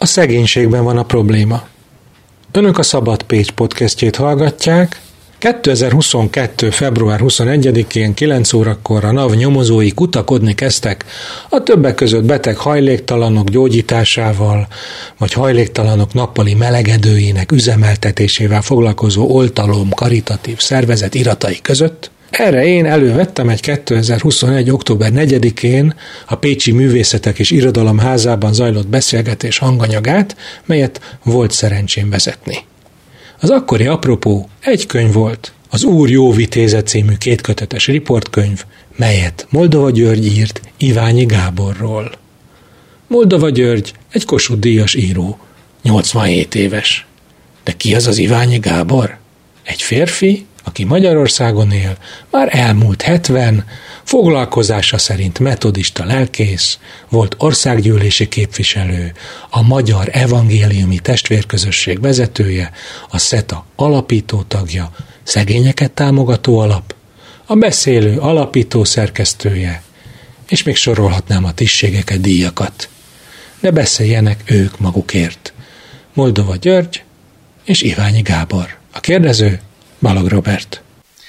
szegénységben van a probléma. Önök a Szabad Pécs podcastjét hallgatják. 2022. február 21-én 9 órakor a NAV nyomozói kutakodni kezdtek a többek között beteg hajléktalanok gyógyításával, vagy hajléktalanok nappali melegedőinek üzemeltetésével foglalkozó oltalom karitatív szervezet iratai között. Erre én elővettem egy 2021. október 4-én a Pécsi Művészetek és Irodalom Házában zajlott beszélgetés hanganyagát, melyet volt szerencsém vezetni. Az akkori apropó egy könyv volt, az Úr jó vitéze című 2 kötetes riportkönyv, melyet Moldova György írt Iványi Gáborról. Moldova György egy Kossuth-díjas író, 87 éves. De ki az Iványi Gábor? Egy férfi, aki Magyarországon él, már elmúlt 70, foglalkozása szerint metodista lelkész, volt országgyűlési képviselő, a Magyar Evangéliumi Testvérközösség vezetője, a SZETA alapító tagja, Szegényeket Támogató Alap, a Beszélő alapító szerkesztője, és még sorolhatnám a tisztségeket, díjakat. De beszéljenek ők magukért. Moldova György és Iványi Gábor. A kérdező Balog Robert.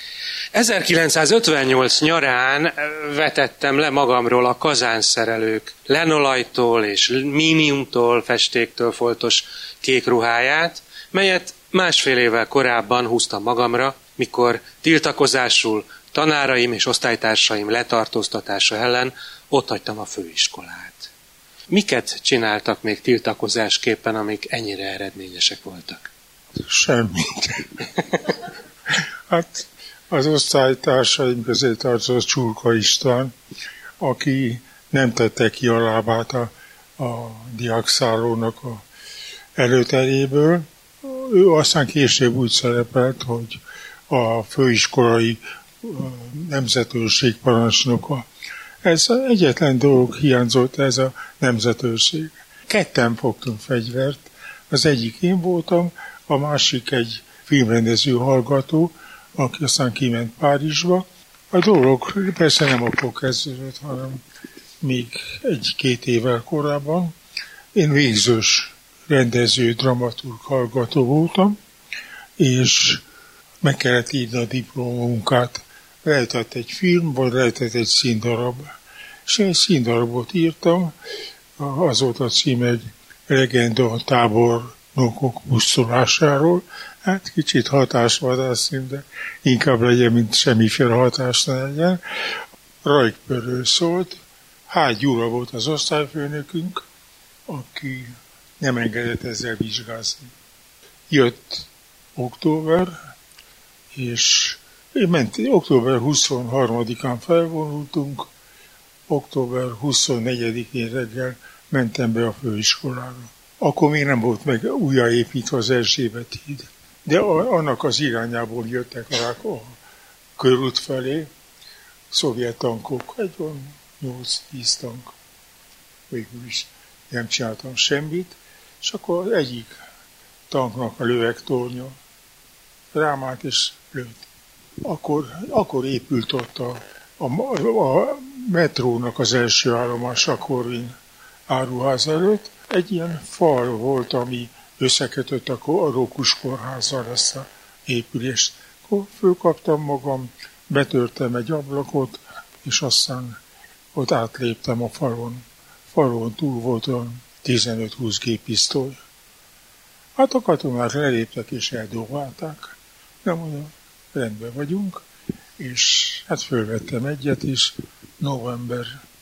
1958 nyarán vetettem le magamról a kazánszerelők lenolajtól és míniumtól, festéktől foltos kék ruháját, melyet másfél évvel korábban húztam magamra, mikor tiltakozásul tanáraim és osztálytársaim letartóztatása ellen otthagytam a főiskolát. Miket csináltak még tiltakozásképpen, amik ennyire eredményesek voltak? Semmit. Hát az osztálytársaim közé tartozott Csurka István, aki nem tette ki a lábát a diákszállónak a előteréből. Ő aztán később úgy szerepelt, hogy a főiskolai nemzetőrség parancsnoka. Ez egyetlen dolog hiányzott, ez a nemzetőrség. 2 fogtunk fegyvert, az egyik én voltam, a másik egy filmrendező hallgató, aki aztán kiment Párizsba. A dolog persze nem akkor kezdődött, hanem még 1-2 évvel korábban. Én végzős rendező, dramaturg hallgató voltam, és meg kellett írni a diplomamunkát. Lehetett egy film, vagy lehetett egy színdarab. És egy színdarabot írtam, az volt a cím egy legenda a tábornokok pusztulásáról. Hát kicsit hatásvadász, de inkább legyen, mint semmiféle hatás ne legyen. Rajkpörről szólt, H. Gyula volt az osztályfőnökünk, aki nem engedett ezzel vizsgázni. Jött október, és október 23-án felvonultunk, október 24-én reggel mentem be a főiskolára. Akkor még nem volt meg újjáépítve az Erzsébet híd, de annak az irányából jöttek rá a körút felé szovjet tankok, egy olyan 8-10 tank. Végül is nem csináltam semmit, és akkor egyik tanknak a lövegtornya rám állt és lőtt. Akkor épült ott a metrónak az első állomása Korvin áruház előtt. Egy ilyen fal volt, ami összekötött a Rókus kórházzal ezt a épülést. Akkor fölkaptam magam, betörtem egy ablakot, és aztán ott átléptem a falon. Falon túl volt olyan 15-20 géppisztoly. Hát a katonák leléptek és eldobálták. De mondom, rendben vagyunk, és hát fölvettem egyet, és november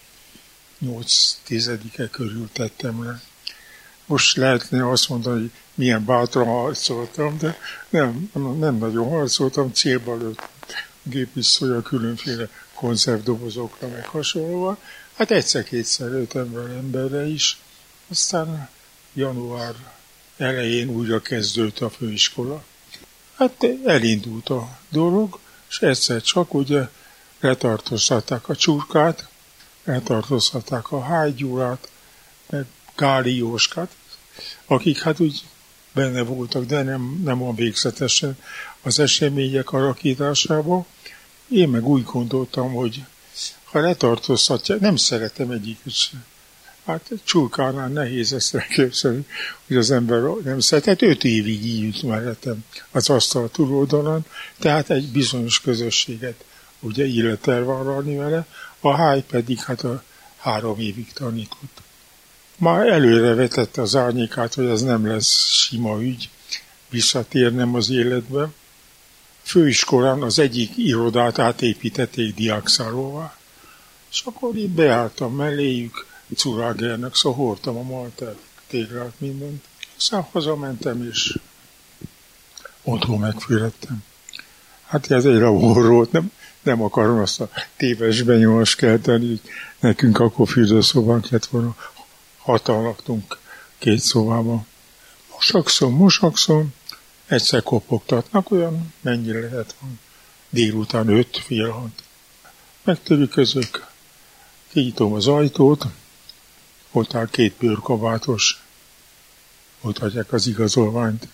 8-10-e körül tettem le. Most lehetne azt mondani, hogy milyen bátran harcoltam, de nem nagyon harcoltam, célba lőttem géppisztolya különféle konzervdobozokra meg hasonlóan. Hát egyszer-kétszer lőttem vele emberre is, aztán január elején újra kezdődött a főiskola. Hát elindult a dolog, és egyszer csak ugye letartóztatták a Csurkát, letartóztatták a H. Gyulát, meg Gáli Jóskát, akik hát úgy benne voltak, de nem olyan végzetesen az események alakításában. Én meg úgy gondoltam, hogy ha letartóztatják, nem szeretem egyiket sem. Hát Csurkánál nehéz ezt elképzelni, hogy az ember nem szeretett. 5 évig így ült mellettem az asztal túloldalon, tehát egy bizonyos közösséget ugye illet elvállalni vele, a Háj pedig hát a 3 évig tanított. Már előre vetette az árnyékát, hogy ez nem lesz sima ügy, visszatérnem az életbe. Főiskolán az egyik irodát átépítették diákszállóvá, és akkor én beálltam melléjük, Curágernek, szóval hordtam a maltát, téglát, mindent. Aztán hazamentem, és otthon megfülettem. Hát ez egy raborrót, nem akarom azt a téves benyomást kelteni, hogy nekünk akkor fürdőszobánk lett volna. 6-an laktunk 2 szobában. Mosakszom, egyszer kopogtatnak, olyan mennyire lehet van. Délután 5, fél 6. Megtörüközök, kinyitom az ajtót, ott áll 2 bőrkabátos, ott hagyják az igazolványt.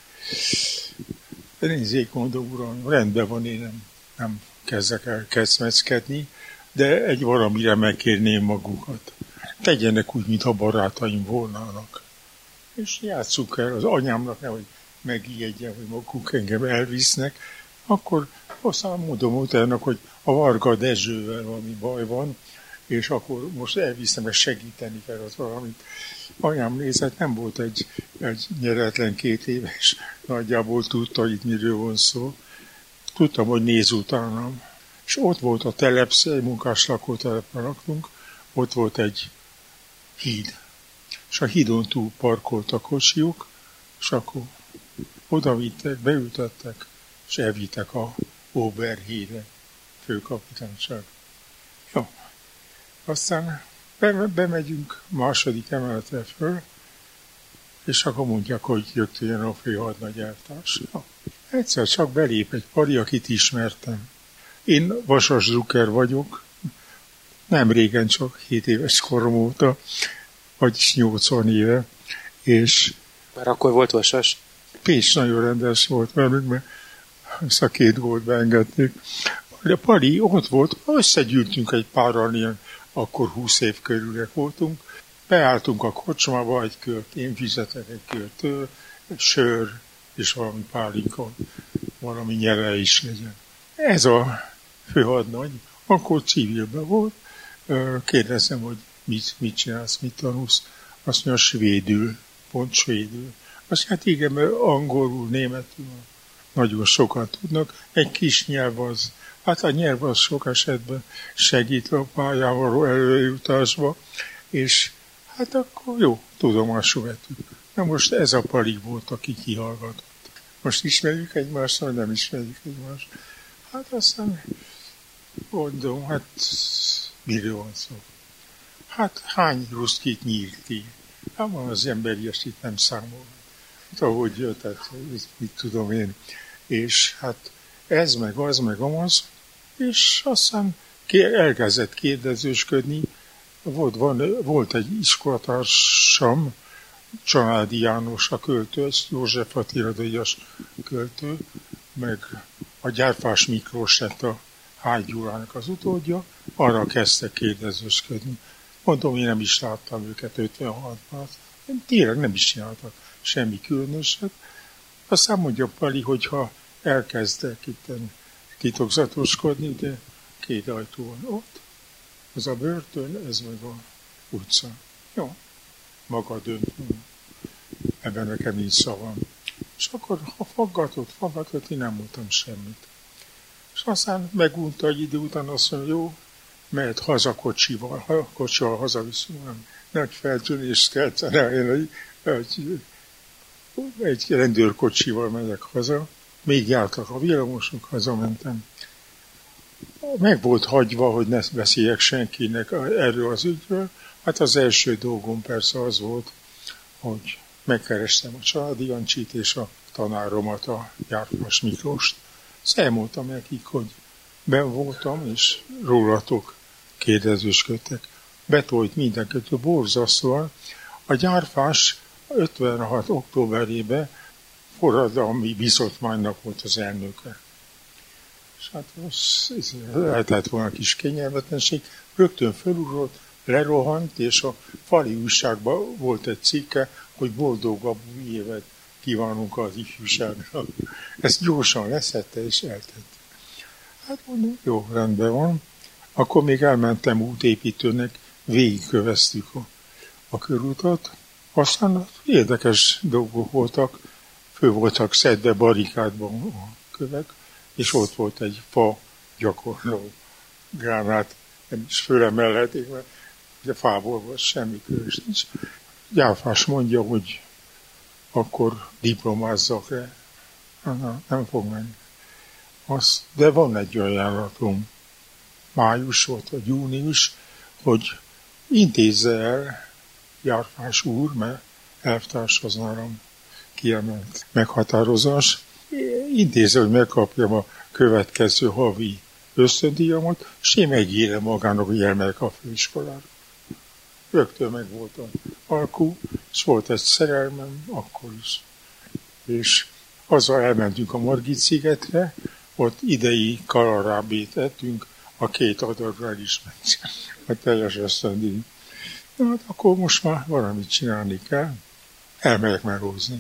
Nézzék, mondom, uram, rendben van, én nem kezdek el kecmeckedni, de egy valamire megkérném magukat. Tegyenek úgy, mintha barátaim volnának. És játsszuk el az anyámnak, nehogy megijedjen, hogy maguk engem elvisznek, akkor aztán mondom utána, hogy a Varga Dezsővel valami baj van, és akkor most elviszem, és segíteni kell az valamit. Anyám nézett, nem volt egy nyeretlen 2 éves, nagyjából tudta itt miről van szó. Tudtam, hogy néz utánam. És ott volt a egy munkás lakótelepen laktunk, ott volt egy híd. És a hídon túl parkolt a kocsiuk, és akkor oda vittek, beültettek, és elvittek a Oberhídre, főkapitányság. Jó. Aztán bemegyünk második emeletre föl, és akkor mondják, hogy jöttön a főhadnagy eltárs. Ja. Egyszer csak belép egy pari, akit ismertem. Én Vasas Drucker vagyok, nem régen, csak 7 éves korom óta, vagyis 80 éve, és... Már akkor volt Vasas? Pécs nagyon rendes volt velük, mert ezt a 2 gólt beengedték. A pari ott volt, összegyűltünk egy párral, ilyen, akkor 20 év körülek voltunk, beálltunk a kocsmába egy kört, én fizetek egy kört, sör és valami pálinka, valami nyele is legyen. Ez a főhadnagy, akkor civilben volt, kérdezem, hogy mit csinálsz, mit tanulsz, azt mondja, svédül, pont svédül. Azt hát igen, mert angolul, németül nagyon sokat tudnak, egy kis nyelv az, hát a nyelv az sok esetben segít a pályán való előjutásba, és hát akkor jó, tudomásul vettük. Na most ez a pali volt, aki kihallgatott. Most ismerjük egymást, vagy nem ismerjük egymást? Hát aztán mondom, hát miről van szó? Hát hány ruszkit nyílt ki? Hát van az ember ilyesmit nem számol. Hát ahogy jött, hát mit tudom én. És hát ez meg az, meg amaz, és aztán elkezdett kérdezősködni. Volt egy iskolatársam, Csanádi János a költő, ez József Attila díjas költő, meg a Gyárfás Miklós lett a Háj Gyulának az utódja, arra kezdtek kérdezősködni. Mondom, én nem is láttam őket 56-ban, tényleg nem is csináltak semmi különöset. Aztán mondja Pali, hogyha elkezdek itt titokzatoskodni, de 2 ajtó van ott, az a börtön, ez meg a utca. Jó, maga dönt, ebben nekem nincs szavam. És akkor, ha faggatott, én nem mondtam semmit. És aztán megunta egy idő után, azt mondja, jó, mehet haza kocsival hazaviszünk, nagy feltűnést kelt, egy rendőrkocsival megyek haza, még jártak a villamosok, hazamentem. Meg volt hagyva, hogy ne beszéljek senkinek erről az ügyről. Hát az első dolgom persze az volt, hogy megkerestem a Családi Jancsit és a tanáromat, a Gyárfás Miklóst. Elmondtam nekik, hogy benn voltam, és rólatok kérdezősködtek. Betolt mindenkitől borzasztóan. A Gyárfás 56. októberében forradalmi bizottmánynak volt az elnöke. És hát lehetett volna kis kényelmetlenség, rögtön felugrott, lerohant, és a fali újságban volt egy cikke, hogy boldogabb új évet kívánunk az ifjúságnak. Ezt gyorsan leszette és eltette. Hát mondom, jó, rendben van. Akkor még elmentem útépítőnek, végigköveztük a körútat. Aztán érdekes dolgok voltak, fő voltak szedve barikádban a kövek, és ott volt egy fa gyakorló gránát, nem is fölemelhetik, mert a fából volt semmi különös nincs. Gyárfás mondja, hogy akkor diplomázzak le. Nem fog menni. De van egy ajánlatom, május volt, vagy június, hogy intézze el Gyárfás úr, mert elvtárs az nálam kiemelt meghatározás, intézze, hogy megkapjam a következő havi ösztöndíjamat, és én megírem magának, hogy elmegyek a főiskolára. Rögtön meg volt a alkú, és volt egy szerelmem, akkor is. És azzal elmentünk a Margit-szigetre, ott idei kalarábét ettünk, a 2 adagra is ment a teljes ösztöndíj. Hát akkor most már valamit csinálni kell, elmegyek meghozni.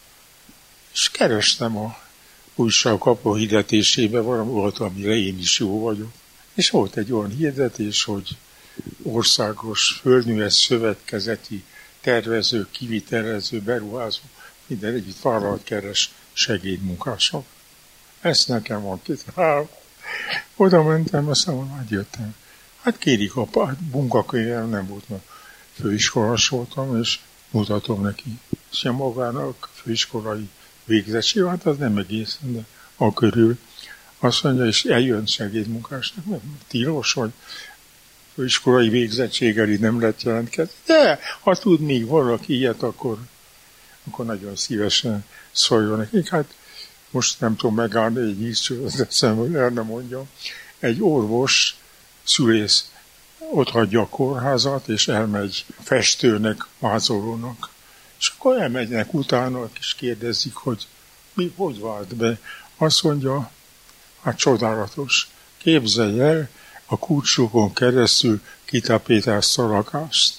És kerestem a újságkapó hirdetésében, valami volt, amire én is jó vagyok. És volt egy olyan hirdetés, hogy országos földműves szövetkezeti tervező, kivitelező, beruházó, minden együtt vállalat keres segédmunkások. Ezt nekem van kitalálva. Oda mentem, aztán majd jöttem. Hát kérik a munkakönyvem, nem volt, mert főiskolás voltam, és mutatom neki. És magának főiskolai végzettség, hát az nem egészen, de a körül. Azt mondja, és eljön segédmunkásnak, mert tilos, hogy főiskolai végzettséggel így nem lehet jelentkezni. De ha tud még valaki ilyet, akkor nagyon szívesen szóljon nekik. Hát most nem tudom megállni, egy ízcső, az eszembe, hogy el nem mondjam. Egy orvos, szülész ott hagyja a kórházat, és elmegy festőnek, mázolónak. És akkor elmegynek utána, és kérdezik, hogy mi, hogy vált be. Azt mondja, hát csodálatos. Képzelj el, a kulcsokon keresztül kitapétálsz a lakást.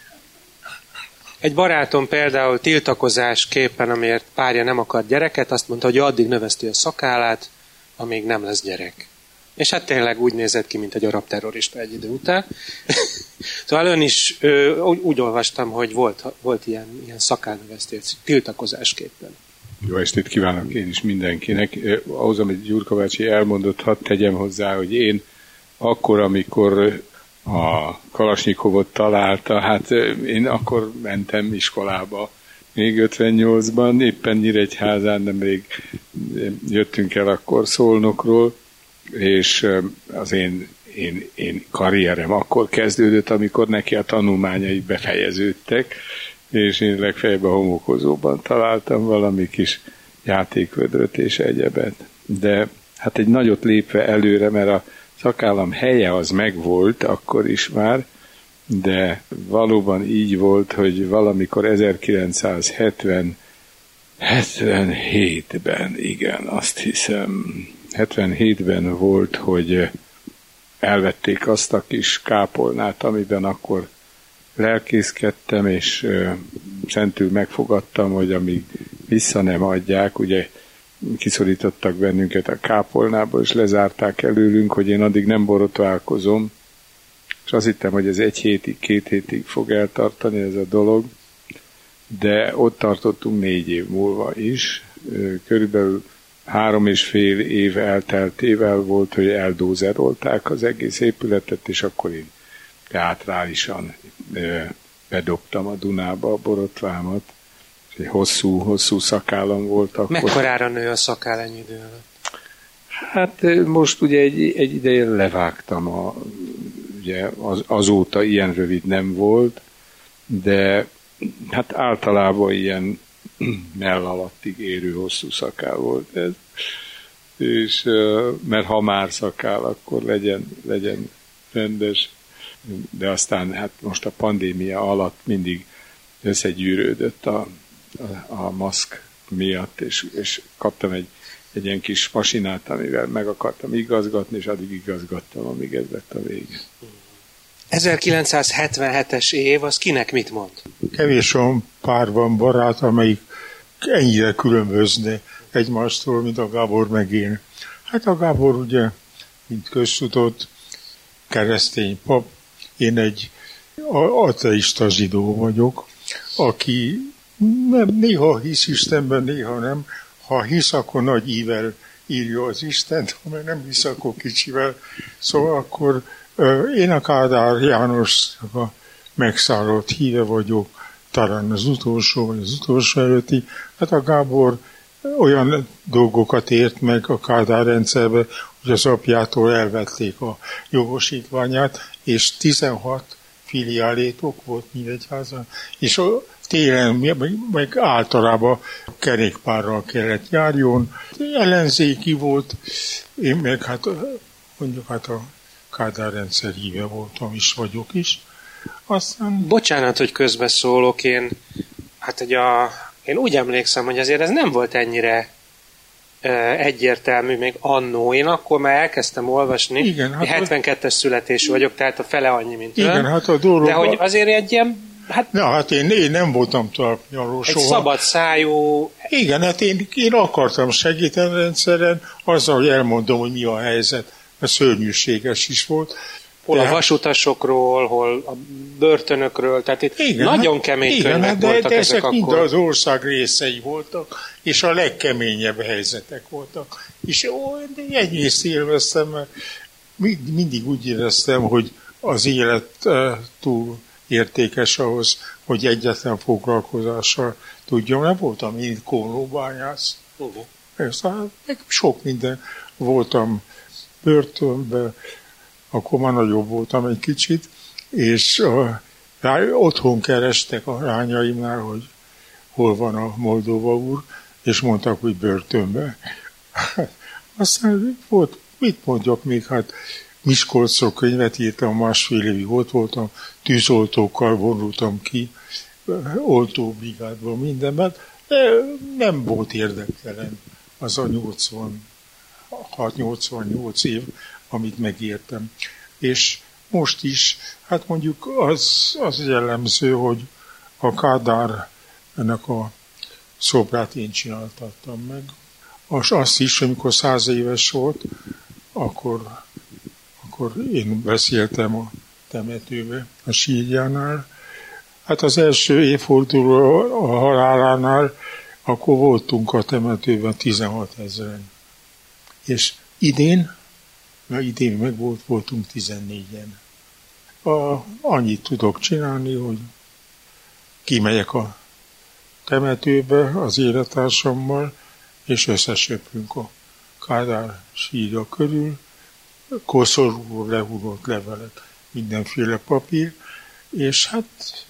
Egy barátom például tiltakozásképpen, amiért párja nem akar gyereket, azt mondta, hogy addig növeszti a szakállát, amíg nem lesz gyerek. És hát tényleg úgy nézett ki, mint egy arab terrorista egy idő után. Szóval ön is, úgy olvastam, hogy volt ilyen szakállnövesztés tiltakozásképpen. Jó estét kívánok én is mindenkinek. Ahhoz, amit Gyurka bácsi elmondott, hadd tegyem hozzá, hogy én akkor, amikor a Kalasnyikovot találta, hát én akkor mentem iskolába, még 58-ban, éppen Nyíregyházán, de még jöttünk el akkor Szolnokról, és az én karrierem akkor kezdődött, amikor neki a tanulmányai befejeződtek, és én legfeljebb a homokozóban találtam valami kis játékvödröt és egyebet. De hát egy nagyot lépve előre, mert a szakállam helye az megvolt akkor is már, de valóban így volt, hogy valamikor 1977-ben, igen, azt hiszem, 77-ben volt, hogy elvették azt a kis kápolnát, amiben akkor lelkészkedtem, és szentül megfogadtam, hogy amíg vissza nem adják, ugye kiszorítottak bennünket a kápolnába, és lezárták előlünk, hogy én addig nem borotválkozom, és azt hittem, hogy ez 1 hétig, 2 hétig fog eltartani ez a dolog, de ott tartottunk 4 év múlva is. Körülbelül 3,5 év elteltével volt, hogy eldózerolták az egész épületet, és akkor én teátrálisan bedobtam a Dunába a borotvámat. Egy hosszú szakállam volt akkor. Mekkorára nő a szakáll ennyi idő alatt? Hát most ugye egy ideje levágtam, ugye azóta ilyen rövid nem volt, de hát általában ilyen mell alattig érő hosszú szakál volt ez. És mert ha már szakál, akkor legyen rendes. De aztán hát most a pandémia alatt mindig összegyűrődött a maszk miatt, és kaptam egy ilyen kis masinát, amivel meg akartam igazgatni, és addig igazgattam, amíg ez lett a vége. 1977-es év, az kinek mit mond? Kevés olyan pár van barát, amelyik ennyire különbözne egymástól, mint a Gábor meg én. Hát a Gábor ugye, mint köztudott, keresztény pap, én egy ateista zsidó vagyok, aki néha hisz Istenben, néha nem. Ha hisz, akkor nagy ível írja az Istent, ha nem hisz, akkor kicsivel. Szóval akkor én a Kádár Jánosnak a megszállott híve vagyok, talán az utolsó, vagy az utolsó előtti. Hát a Gábor olyan dolgokat ért meg a Kádár rendszerbe, hogy az apjától elvették a jogosítványát, és 16 filiálétok volt Nyíregyházan, és télen meg általában kerékpárral kellett járjon. Ellenzéki volt, én meg hát mondjuk a Kádár rendszer híve voltam is, vagyok is. Aztán... Bocsánat, hogy közbeszólok, én úgy emlékszem, hogy azért ez nem volt ennyire egyértelmű még annó. Én akkor már elkezdtem olvasni, igen, hát 72-es születésű vagyok, tehát a fele annyi, mint igen, ön. Hát a dolog... De hogy azért egy ilyen... Hát én nem voltam talpnyaló soha. Egy szabad szájú... Igen, hát én akartam segíteni rendszeren, azzal, hogy elmondom, hogy mi a helyzet, mert szörnyűséges is volt. Hol a vasutasokról, hol a börtönökről, tehát itt igen, nagyon kemény könyvek voltak de ezek akkor. Mind az ország részei voltak, és a legkeményebb helyzetek voltak. És egyrészt élveztem, mert mindig úgy éreztem, hogy az élet túl értékes ahhoz, hogy egyetlen foglalkozással tudjam. Nem voltam én kólóbányász. Meg sok minden. Voltam börtönben, akkor már nagyobb voltam egy kicsit, és otthon kerestek a lányaimnál, hogy hol van a Moldova úr, és mondtak, hogy börtönben. Aztán volt, mit mondjak még, hát Miskolcról könyvet írtam, másfél évig ott voltam, tűzoltókkal vonultam ki, oltóbrigádban, mindenben, de nem volt érdektelen az a 86-88 év, amit megértem. És most is, hát mondjuk az jellemző, hogy a Kádár ennek a szobrát én csináltattam meg. Azt is, amikor 100 éves volt, akkor én beszéltem a temetőbe, a sírjánál. Hát az első évforduló a halálánál, akkor voltunk a temetőben 16 000. És idén meg voltunk 14-en. Annyit tudok csinálni, hogy kimegyek a temetőbe az élettársammal, és összesöprünk a Kádár sírja körül, koszorúról lehullott levelek, mindenféle papír, és hát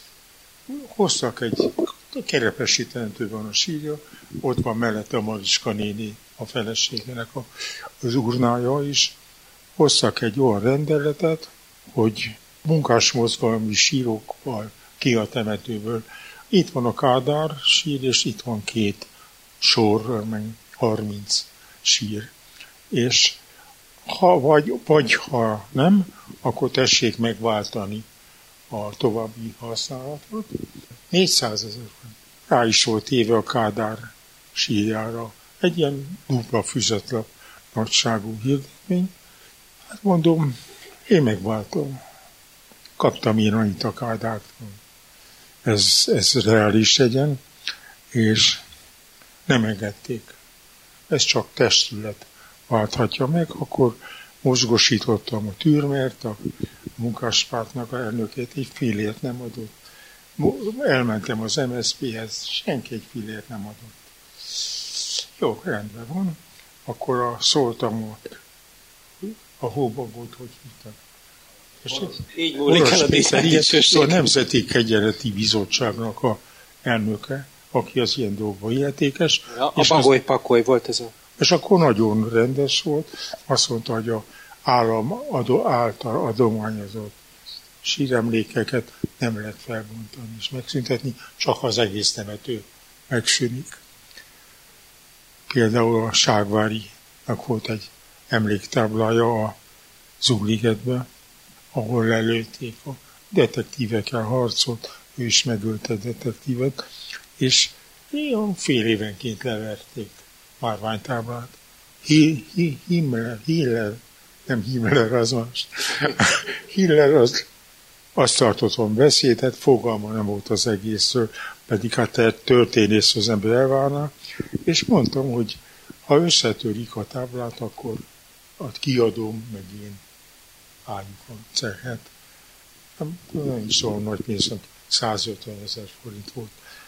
hoztak egy kerepesi temetőben a sírja, ott van mellette a Mariska néni, a feleségének az urnája is. Hoztak egy olyan rendeletet, hogy munkásmozgalmi sírokkal ki a temetőből. Itt van a Kádár sír, és itt van 2 sor, meg 30 sír. És vagy ha nem, akkor tessék megváltani a további használatot. 400 000 rá is volt téve a Kádár sírjára. Egy ilyen dupla füzetlap nagyságú hirdetmény. Hát mondom, én megváltom. Kaptam én annyit a Kádártól. Ez reális legyen, és nem engedték. Ez csak testület válthatja meg, akkor mozgosítottam a Türmert, a munkáspártnak a elnökét, egy fillért nem adott. Elmentem az MSZP-hez, senki egy fillért nem adott. Jó, rendben van. Akkor szóltam a hóbagót, hogy hívtak. Így múlik el a díszletésőség. A Nemzeti Kegyeleti Bizottságnak a elnöke, aki az ilyen dolgban illetékes. A Bagoly-Pakoly volt ez a... És akkor nagyon rendes volt. Azt mondta, hogy az állam által adományozott síremlékeket nem lehet felbontani és megszüntetni, csak az egész temető megszűnik. Például a Ságvárinak volt egy emléktáblája a Zugligetben, ahol lelőtték a detektívekkel harcolt, ő is megölte detektívet, és fél évenként leverték márványtáblát. Hiller, nem Himmler, az más. Hiller azt tartott volna beszédet, fogalma nem volt az egészről, pedig hát történész az ember elvárna, és mondtam, hogy ha összetörik a táblát, akkor kiadom, meg én álljuk a cechet. Nem is olyan nagy pénz, 150 000 forint volt.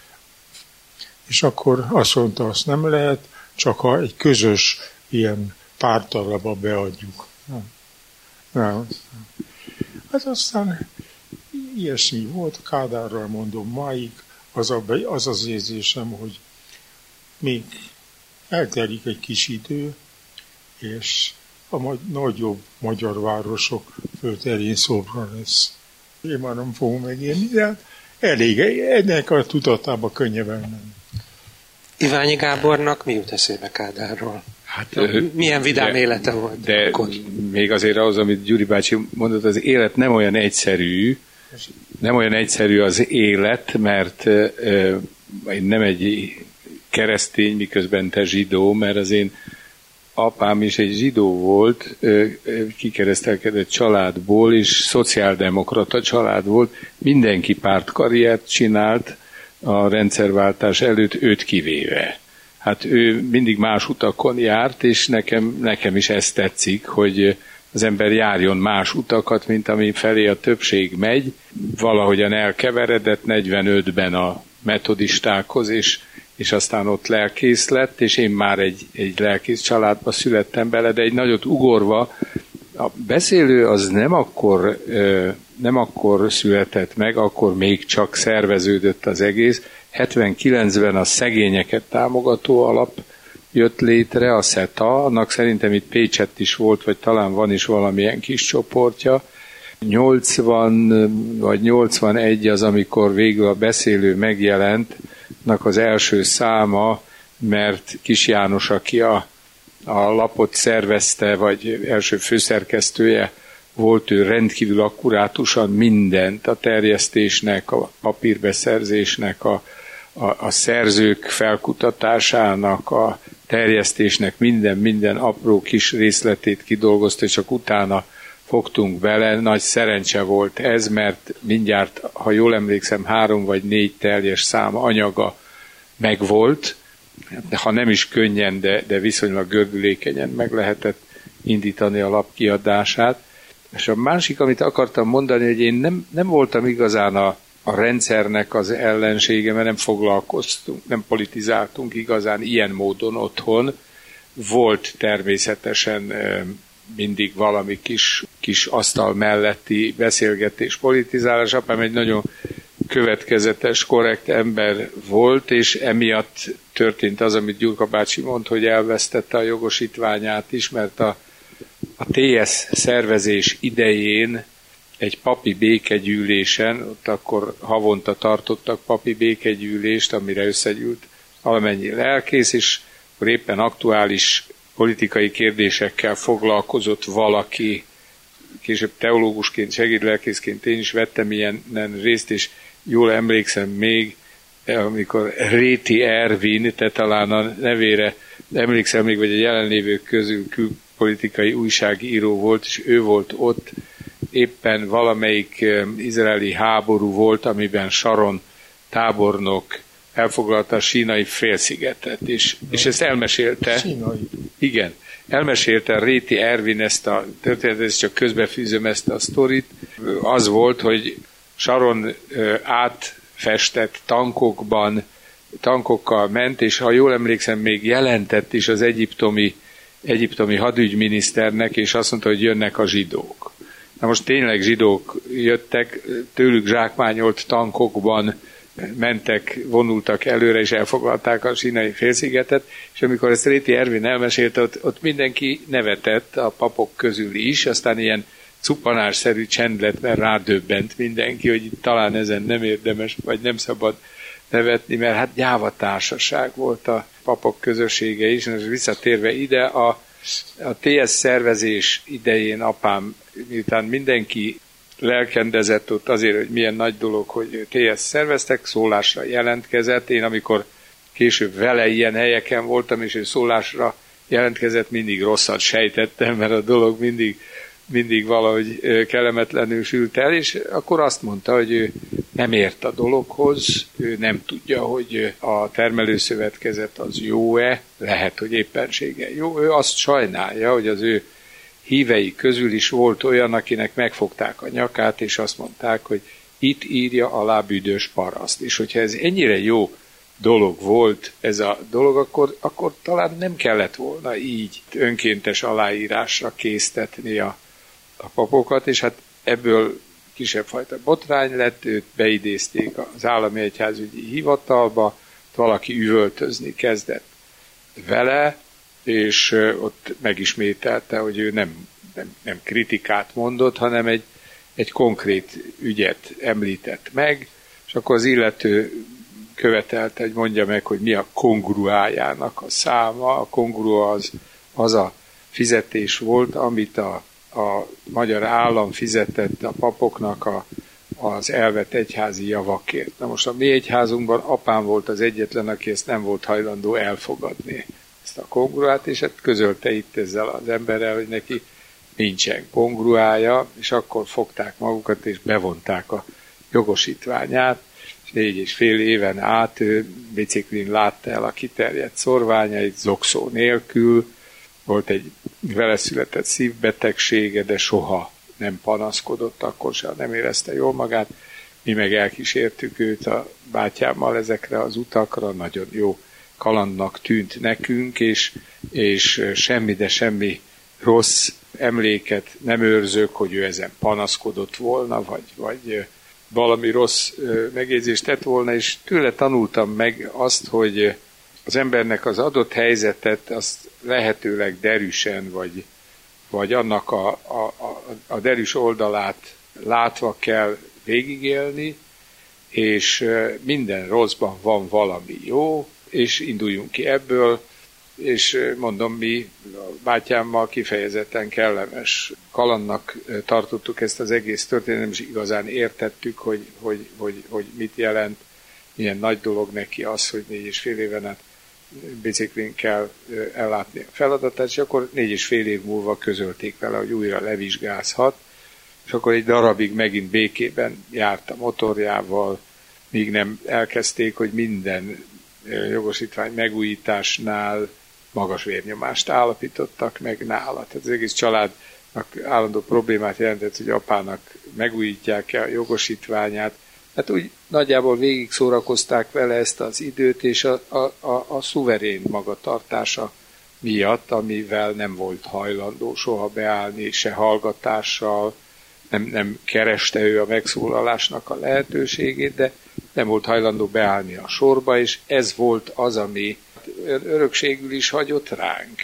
És akkor azt mondta, azt nem lehet, csak ha egy közös ilyen párttalapba beadjuk. Nem. Hát aztán ilyesmi volt, Kádárral mondom máig, az az érzésem, hogy még eltelik egy kis idő, és a nagyobb magyar városok földterén szobra lesz. Én már nem fogom megérni, de hát elég, ennek a tudatába könnyebben nem. Iványi Gábornak mi jut eszébe Kádárról? Hát, milyen vidám élete volt? De akkor? Még azért ahhoz, amit Gyuri bácsi mondott, az élet nem olyan egyszerű az élet, mert én nem egy keresztény, miközben te zsidó, mert az én apám is egy zsidó volt, kikeresztelkedett családból, és szociáldemokrata család volt, mindenki pártkarriert csinált a rendszerváltás előtt, őt kivéve. Hát ő mindig más utakon járt, és nekem is ez tetszik, hogy az ember járjon más utakat, mint ami felé a többség megy. Valahogyan elkeveredett 45-ben a metodistákhoz, és aztán ott lelkész lett, és én már egy lelkész családba születtem bele, de egy nagyot ugorva, a beszélő az nem akkor született meg, akkor még csak szerveződött az egész. 79-ben a szegényeket támogató alap jött létre, a SETA, annak szerintem itt Pécsett is volt, vagy talán van is valamilyen kis csoportja. 80 vagy 81 az, amikor végül a beszélő megjelent, az első száma, mert Kis János, aki a lapot szervezte, vagy első főszerkesztője volt, ő rendkívül akkurátusan mindent, a terjesztésnek, a papírbeszerzésnek, a szerzők felkutatásának, a terjesztésnek minden apró kis részletét kidolgozta, és csak utána fogtunk bele. Nagy szerencse volt ez, mert mindjárt, ha jól emlékszem, 3 vagy 4 teljes szám anyaga megvolt, ha nem is könnyen, de viszonylag gördülékenyen meg lehetett indítani a lap kiadását. És a másik, amit akartam mondani, hogy én nem voltam igazán a rendszernek az ellensége, mert nem foglalkoztunk, nem politizáltunk igazán ilyen módon otthon. Volt természetesen mindig valami kis asztal melletti beszélgetés, politizálás. Apám egy nagyon következetes, korrekt ember volt, és emiatt történt az, amit Gyurka bácsi mond, hogy elvesztette a jogosítványát is, mert a TS szervezés idején egy papi békegyűlésen, ott akkor havonta tartottak papi békegyűlést, amire összegyűlt valamennyi lelkész, és akkor éppen aktuális politikai kérdésekkel foglalkozott valaki, később teológusként, segédlelkészként én is vettem ilyenen részt, és jól emlékszem még, amikor Réti Ervin, te talán a nevére emlékszem még, vagy a jelenlévők közül külpolitikai újságíró volt, és ő volt ott, éppen valamelyik izraeli háború volt, amiben Sharon tábornok elfoglalta a sínai félszigetet, és ezt elmesélte. Sínai. Igen, elmesélte Réti Ervin ezt a történetet, és csak közbefűzöm ezt a sztorit. Az volt, hogy Sharon átfestett tankokkal ment, és ha jól emlékszem, még jelentett is az egyiptomi hadügyminiszternek, és azt mondta, hogy jönnek a zsidók. Na most tényleg zsidók jöttek, tőlük zsákmányolt tankokban mentek, vonultak előre, és elfoglalták a sínai félszigetet, és amikor ezt Réti Ervin elmesélte, ott mindenki nevetett, a papok közül is, aztán ilyen cuppanásszerű csend lett, mert rádöbbent mindenki, hogy talán ezen nem érdemes, vagy nem szabad nevetni, mert hát gyávatársaság volt a papok közössége is, és visszatérve ide, a TS szervezés idején apám, miután mindenki lelkendezett ott azért, hogy milyen nagy dolog, hogy TS szerveztek, szólásra jelentkezett. Én amikor később vele ilyen helyeken voltam, és ő szólásra jelentkezett, mindig rosszat sejtettem, mert a dolog mindig valahogy kellemetlenül sült el, és akkor azt mondta, hogy ő nem ért a dologhoz, ő nem tudja, hogy a termelőszövetkezet az jó-e, lehet, hogy éppenséggel jó, ő azt sajnálja, hogy az ő hívei közül is volt olyan, akinek megfogták a nyakát, és azt mondták, hogy itt írja alá büdös paraszt. És hogyha ez ennyire jó dolog volt, ez a dolog, akkor talán nem kellett volna így önkéntes aláírásra késztetni a papokat, és hát ebből kisebb fajta botrány lett, őt beidézték az állami egyházügyi hivatalba, valaki üvöltözni kezdett vele, és ott megismételte, hogy ő nem kritikát mondott, hanem egy konkrét ügyet említett meg, és akkor az illető követelte, hogy mondja meg, hogy mi a kongruájának a száma. A kongrua az a fizetés volt, amit a magyar állam fizetett a papoknak az elvett egyházi javakért. Na most a mi egyházunkban apám volt az egyetlen, aki ezt nem volt hajlandó elfogadni, ezt a kongruát, és hát közölte itt ezzel az emberrel, hogy neki nincsen kongruája, és akkor fogták magukat, és bevonták a jogosítványát, és 4,5 éven át ő biciklin látta el a kiterjedt szorványait, zokszó nélkül, volt egy vele született szívbetegsége, de soha nem panaszkodott, akkor sem nem érezte jól magát. Mi meg elkísértük őt a bátyámmal ezekre az utakra, nagyon jó kalandnak tűnt nekünk, és semmi rossz emléket nem őrzök, hogy ő ezen panaszkodott volna, vagy valami rossz megjegyzést tett volna, és tőle tanultam meg azt, hogy az embernek az adott helyzetet azt lehetőleg derűsen, vagy annak a derűs oldalát látva kell végigélni, és minden rosszban van valami jó, és induljunk ki ebből, és mondom, mi a bátyámmal kifejezetten kellemes kalandnak tartottuk ezt az egész történetet, és igazán értettük, hogy mit jelent, milyen nagy dolog neki az, hogy 4,5 éven át biciklin kell ellátni a feladatát, és akkor 4,5 év múlva közölték vele, hogy újra levizsgázhat, és akkor egy darabig megint békében járt a motorjával, míg nem elkezdték, hogy minden jogosítvány megújításnál magas vérnyomást állapítottak meg nála. Tehát az egész családnak állandó problémát jelentett, hogy apának megújítják-e a jogosítványát. Hát úgy nagyjából végig szórakozták vele ezt az időt, és a szuverén magatartása miatt, amivel nem volt hajlandó soha beállni, se hallgatással, nem kereste ő a megszólalásnak a lehetőségét, de nem volt hajlandó beállni a sorba, és ez volt az, ami örökségül is hagyott ránk.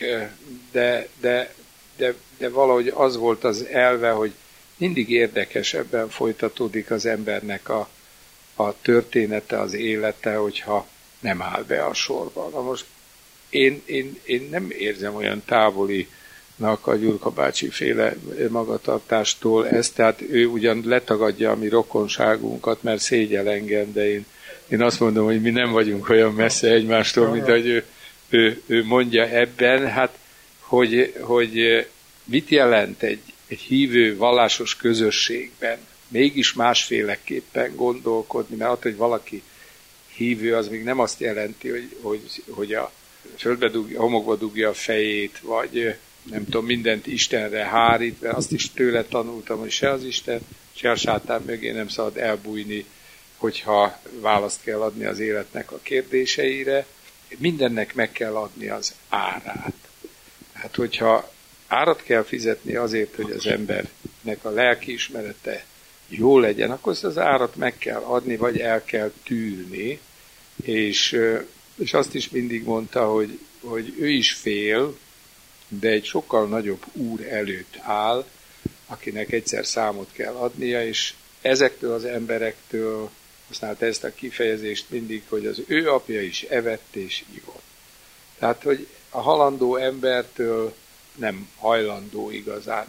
De valahogy az volt az elve, hogy mindig érdekesebben folytatódik az embernek a története, az élete, hogyha nem áll be a sorba. Na most én nem érzem olyan távolinak a Gyurka bácsi féle magatartástól ezt, tehát ő ugyan letagadja a mi rokonságunkat, mert szégyel engem, de én azt mondom, hogy mi nem vagyunk olyan messze egymástól, mint ahogy ő mondja ebben, hát hogy mit jelent egy hívő vallásos közösségben mégis másféleképpen gondolkodni, mert attól, hogy valaki hívő, az még nem azt jelenti, hogy a földbe dugja, homokba dugja a fejét, vagy nem tudom, mindent Istenre hárít, mert azt is tőle tanultam, hogy se az Isten, se a sátán mögé nem szabad elbújni, hogyha választ kell adni az életnek a kérdéseire. Mindennek meg kell adni az árát. Hát, hogyha árat kell fizetni azért, hogy az embernek a lelkiismerete jó legyen, akkor az árat meg kell adni, vagy el kell tűrni, és azt is mindig mondta, hogy ő is fél, de egy sokkal nagyobb úr előtt áll, akinek egyszer számot kell adnia, és ezektől az emberektől használta ezt a kifejezést mindig, hogy az ő apja is evett és ivott. Tehát, hogy a halandó embertől nem hajlandó igazán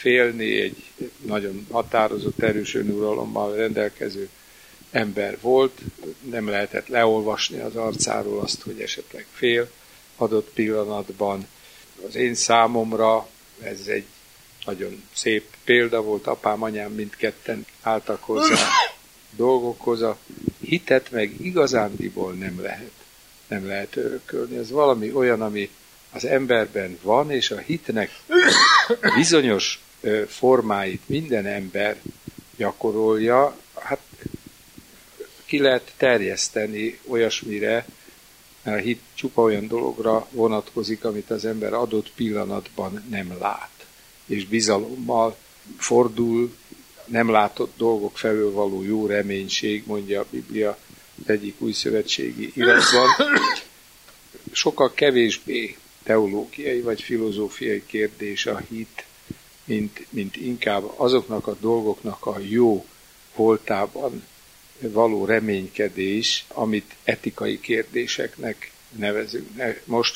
félni, egy nagyon határozott, erős önuralommal rendelkező ember volt, nem lehetett leolvasni az arcáról azt, hogy esetleg fél adott pillanatban. Az én számomra ez egy nagyon szép példa volt, apám, anyám mindketten álltak hozzá dolgokhoz. A hitet meg igazándiból nem lehet örökölni. Ez valami olyan, ami az emberben van, és a hitnek bizonyos formáit minden ember gyakorolja. Hát ki lehet terjeszteni olyasmire, mert a hit csupa olyan dologra vonatkozik, amit az ember adott pillanatban nem lát. És bizalommal fordul, nem látott dolgok felől való jó reménység, mondja a Biblia az egyik újszövetségi iratban. Sokkal kevésbé teológiai vagy filozófiai kérdés a hit, mint inkább azoknak a dolgoknak a jó voltában való reménykedés, amit etikai kérdéseknek nevezünk. Most,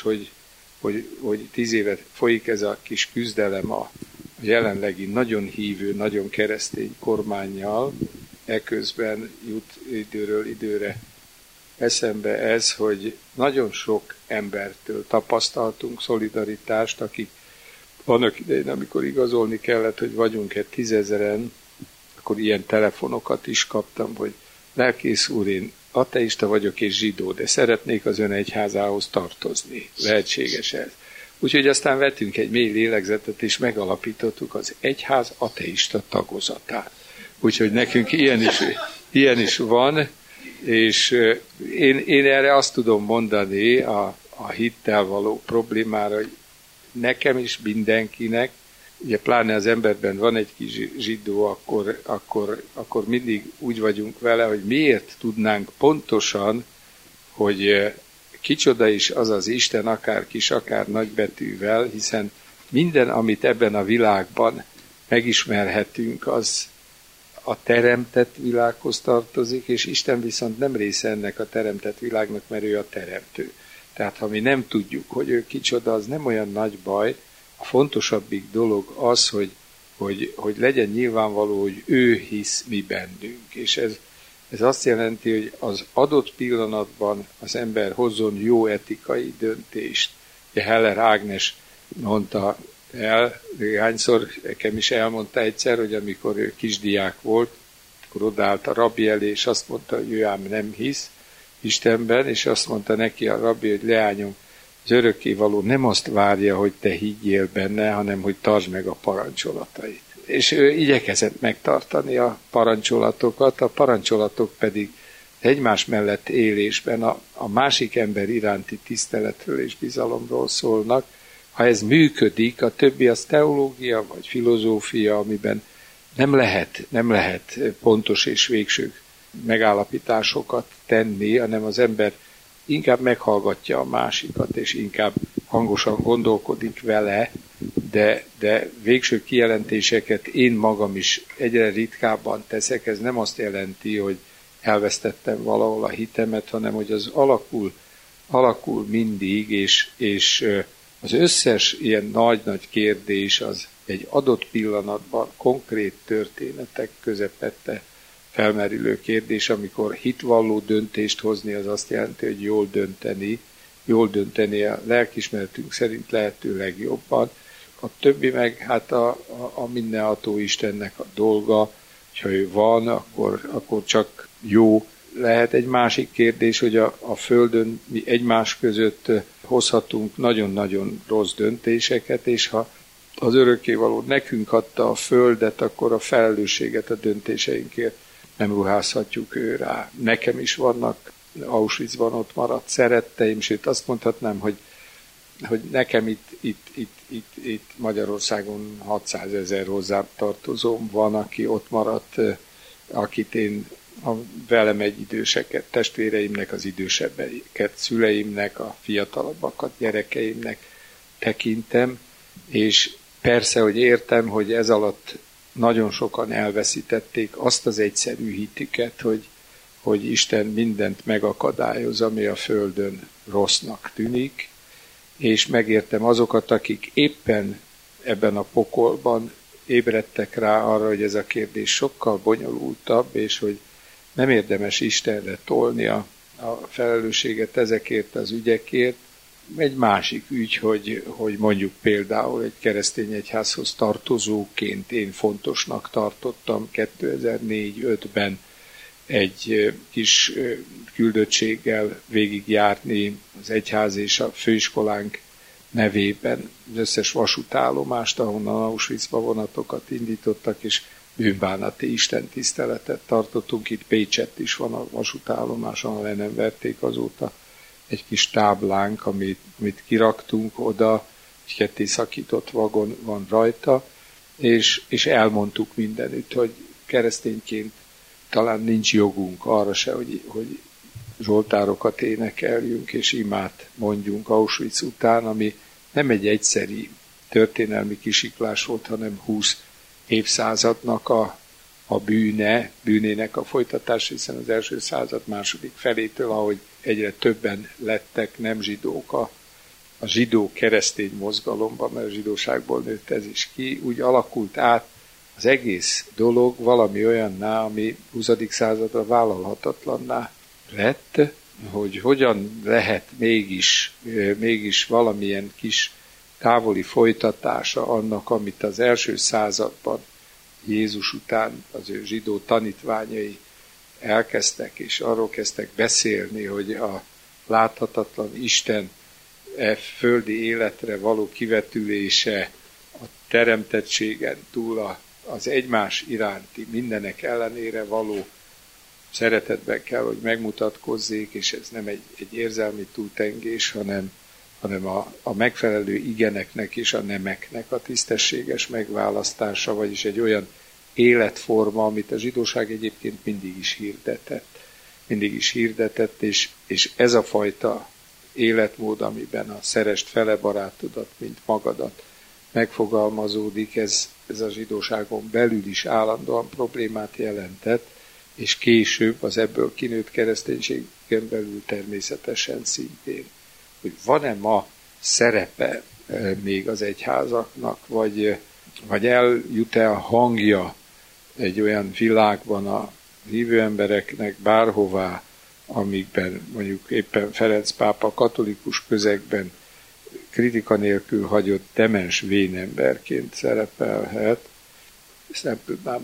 hogy 10 évet folyik ez a kis küzdelem a jelenlegi nagyon hívő, nagyon keresztény kormánnyal, eközben jut időről időre eszembe ez, hogy nagyon sok embertől tapasztaltunk szolidaritást, akik annak idején, amikor igazolni kellett, hogy vagyunk-e 10 000-en, akkor ilyen telefonokat is kaptam, hogy lelkész úr, én ateista vagyok és zsidó, de szeretnék az ön egyházához tartozni. Lehetséges ez. Úgyhogy aztán vettünk egy mély lélegzetet, és megalapítottuk az egyház ateista tagozatát. Úgyhogy nekünk ilyen is van, és én erre azt tudom mondani a hittel való problémára, hogy nekem is, mindenkinek, ugye pláne az emberben van egy kis zsidó, akkor mindig úgy vagyunk vele, hogy miért tudnánk pontosan, hogy kicsoda is az az Isten, akár kis, akár nagybetűvel, hiszen minden, amit ebben a világban megismerhetünk, az a teremtett világhoz tartozik, és Isten viszont nem része ennek a teremtett világnak, mert ő a teremtő. Tehát ha mi nem tudjuk, hogy ő kicsoda, az nem olyan nagy baj. A fontosabbik dolog az, hogy legyen nyilvánvaló, hogy ő hisz mi bennünk. És ez azt jelenti, hogy az adott pillanatban az ember hozzon jó etikai döntést. Ugye Heller Ágnes mondta el, hányszor nekem is elmondta egyszer, hogy amikor ő kisdiák volt, akkor odaállt a rabbi elé, és azt mondta, hogy ő ám nem hisz Istenben, és azt mondta neki a rabbi, hogy leányom, az örökkévaló nem azt várja, hogy te higgyél benne, hanem hogy tartsd meg a parancsolatait. És ő igyekezett megtartani a parancsolatokat, a parancsolatok pedig egymás mellett élésben a másik ember iránti tiszteletről és bizalomról szólnak. Ha ez működik, a többi az teológia vagy filozófia, amiben nem lehet pontos és végső megállapításokat tenni, hanem az ember inkább meghallgatja a másikat, és inkább hangosan gondolkodik vele, de végső kijelentéseket én magam is egyre ritkábban teszek. Ez nem azt jelenti, hogy elvesztettem valahol a hitemet, hanem hogy az alakul mindig, és az összes ilyen nagy-nagy kérdés az egy adott pillanatban konkrét történetek közepette felmerülő kérdés. Amikor hitvalló döntést hozni, az azt jelenti, hogy jól dönteni a lelkiismeretünk szerint lehető legjobban. A többi meg hát a mindenható Istennek a dolga, ha ő van, akkor csak jó. Lehet egy másik kérdés, hogy a Földön mi egymás között hozhatunk nagyon-nagyon rossz döntéseket, és ha az örökkévaló nekünk adta a Földet, akkor a felelősséget a döntéseinkért nem ruházhatjuk ő rá. Nekem is vannak Auschwitzban ott maradt szeretteim, sőt azt mondhatnám, hogy nekem itt Magyarországon 600 000 hozzátartozóm van, aki ott maradt, akit én velem egy időseket, testvéreimnek, az idősebbeket, szüleimnek, a fiatalabbakat, gyerekeimnek tekintem, és persze, hogy értem, hogy ez alatt nagyon sokan elveszítették azt az egyszerű hitüket, hogy Isten mindent megakadályoz, ami a Földön rossznak tűnik, és megértem azokat, akik éppen ebben a pokolban ébredtek rá arra, hogy ez a kérdés sokkal bonyolultabb, és hogy nem érdemes Istenre tolni a felelősséget ezekért az ügyekért. Egy másik ügy, hogy mondjuk például egy keresztény egyházhoz tartozóként én fontosnak tartottam 2004-5-ben egy kis küldöttséggel végigjárni az egyház és a főiskolánk nevében az összes vasútállomást, ahonnan Auschwitzba vonatokat indítottak, és bűnbánati istentiszteletet tartottunk. Itt Pécsett is van a vasútállomáson, le nem verték azóta. Egy kis táblánk, amit kiraktunk oda, egy ketté szakított vagon van rajta, és elmondtuk mindenütt, hogy keresztényként talán nincs jogunk arra se, hogy zsoltárokat énekeljünk és imát mondjunk Auschwitz után, ami nem egy egyszeri történelmi kisiklás volt, hanem 20 évszázadnak a bűnének a folytatás, hiszen az első század második felétől, ahogy egyre többen lettek nem zsidók a zsidó-keresztény mozgalomban, mert a zsidóságból nőtt ez is ki, úgy alakult át az egész dolog valami olyanná, ami 20. századra vállalhatatlanná lett, hogy hogyan lehet mégis valamilyen kis távoli folytatása annak, amit az első században Jézus után az ő zsidó tanítványai elkezdtek, és arról kezdtek beszélni, hogy a láthatatlan Isten földi életre való kivetülése a teremtettségen túl az egymás iránti mindenek ellenére való szeretetben kell, hogy megmutatkozzék, és ez nem egy érzelmi túltengés, hanem a megfelelő igeneknek és a nemeknek a tisztességes megválasztása, vagyis egy olyan életforma, amit a zsidóság egyébként mindig is hirdetett, és ez a fajta életmód, amiben a szeresd fele barátodat, mint magadat megfogalmazódik, ez a zsidóságon belül is állandóan problémát jelentett, és később az ebből kinőtt kereszténységen belül természetesen szintén. Hogy van-e ma szerepe még az egyházaknak, vagy eljut-e a hangja egy olyan világban a hívő embereknek bárhová, amikben mondjuk éppen Ferenc pápa katolikus közegben kritika nélkül hagyott demens vénemberként szerepelhet. Ezt nem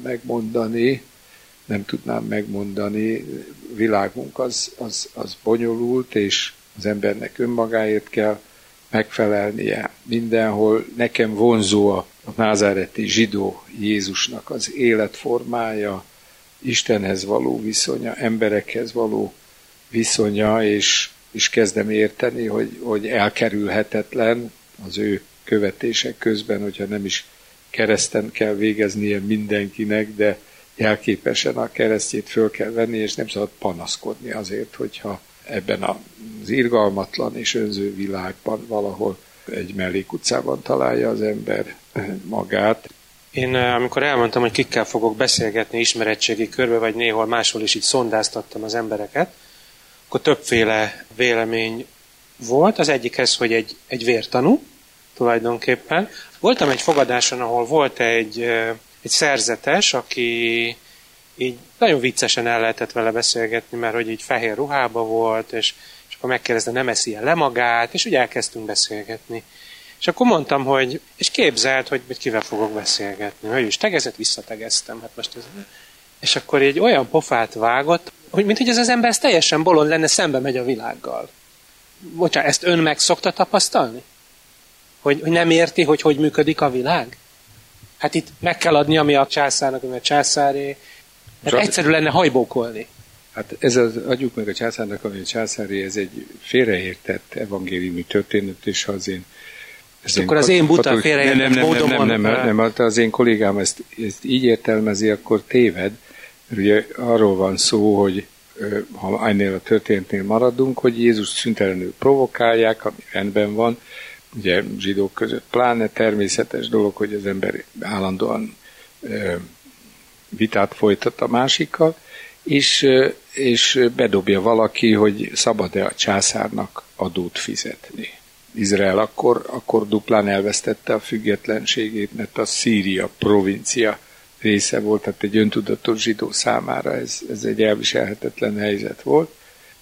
tudnám megmondani. Világunk az bonyolult, és az embernek önmagáért kell megfelelnie. Mindenhol nekem vonzó a názáreti zsidó Jézusnak az életformája, Istenhez való viszonya, emberekhez való viszonya, és kezdem érteni, hogy elkerülhetetlen az ő követések közben, hogyha nem is kereszten kell végeznie mindenkinek, de jelképesen a keresztjét föl kell venni, és nem szabad panaszkodni azért, hogyha ebben az irgalmatlan és önző világban valahol egy mellékutcában találja az ember magát. Én amikor elmondtam, hogy kikkel fogok beszélgetni ismeretségi körbe, vagy néhol máshol is így szondáztattam az embereket, akkor többféle vélemény volt. Az egyik ez, hogy egy vértanú tulajdonképpen. Voltam egy fogadáson, ahol volt egy szerzetes, aki így nagyon viccesen el lehetett vele beszélgetni, mert hogy így fehér ruhába volt, és akkor megkérdezte, nem eszi el le magát, és úgy elkezdtünk beszélgetni. És akkor mondtam, hogy, és képzeld, hogy kivel fogok beszélgetni. Ő is tegezett, visszategeztem. Hát most ez... És akkor egy olyan pofát vágott, hogy mint hogy ez az ember ez teljesen bolond lenne, szembe megy a világgal. Bocsánat, ezt ön meg szokta tapasztalni? Hogy nem érti, hogy működik a világ? Hát itt meg kell adni, ami a császárnak, ami a császáré. Hát egyszerű lenne hajbókolni. Hát ez az adjuk meg a császárnak, ami a császáré, ez egy félreértett evangéliumi történet, és az én... Akkor az én buta félreértett módomon... Nem, az én kollégám ezt így értelmezi, akkor téved. Ugye arról van szó, hogy ha ennél a történetnél maradunk, hogy Jézus szüntelenül provokálják, ami rendben van, ugye zsidók között pláne természetes dolog, hogy az ember állandóan vitát folytat a másikkal, és bedobja valaki, hogy szabad-e a császárnak adót fizetni. Izrael akkor duplán elvesztette a függetlenségét, mert a Szíria provincia része volt, tehát egy öntudatos zsidó számára ez egy elviselhetetlen helyzet volt.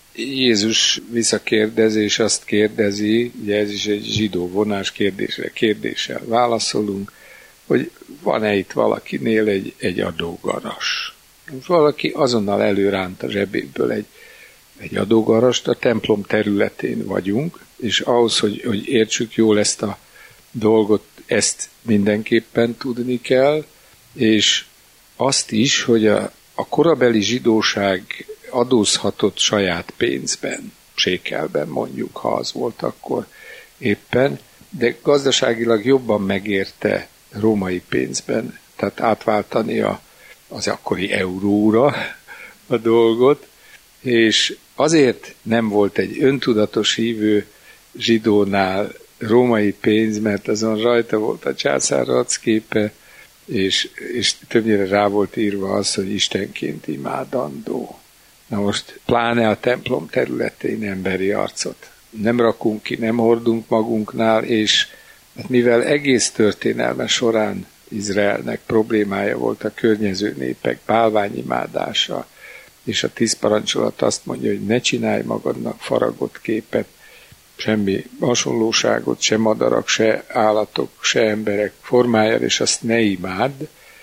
Jézus visszakérdez, és azt kérdezi, ugye ez is egy zsidó vonás, kérdéssel válaszolunk, hogy van-e itt valakinél egy adógaras. Valaki azonnal előránt a zsebéből egy adógarast, a templom területén vagyunk, és ahhoz, hogy értsük jól ezt a dolgot, ezt mindenképpen tudni kell, és azt is, hogy a korabeli zsidóság adózhatott saját pénzben, sékelben mondjuk, ha az volt akkor éppen, de gazdaságilag jobban megérte római pénzben, tehát átváltani az akkori euróra a dolgot, és azért nem volt egy öntudatos hívő zsidónál római pénz, mert azon rajta volt a császár arcképe, és többnyire rá volt írva az, hogy istenként imádandó. Na most pláne a templom területén emberi arcot nem rakunk ki, nem hordunk magunknál, és mivel egész történelme során Izraelnek problémája volt a környező népek bálványimádása, és a 10 parancsolat azt mondja, hogy ne csinálj magadnak faragott képet, semmi hasonlóságot, se madarak, se állatok, se emberek formájára, és azt ne imádd.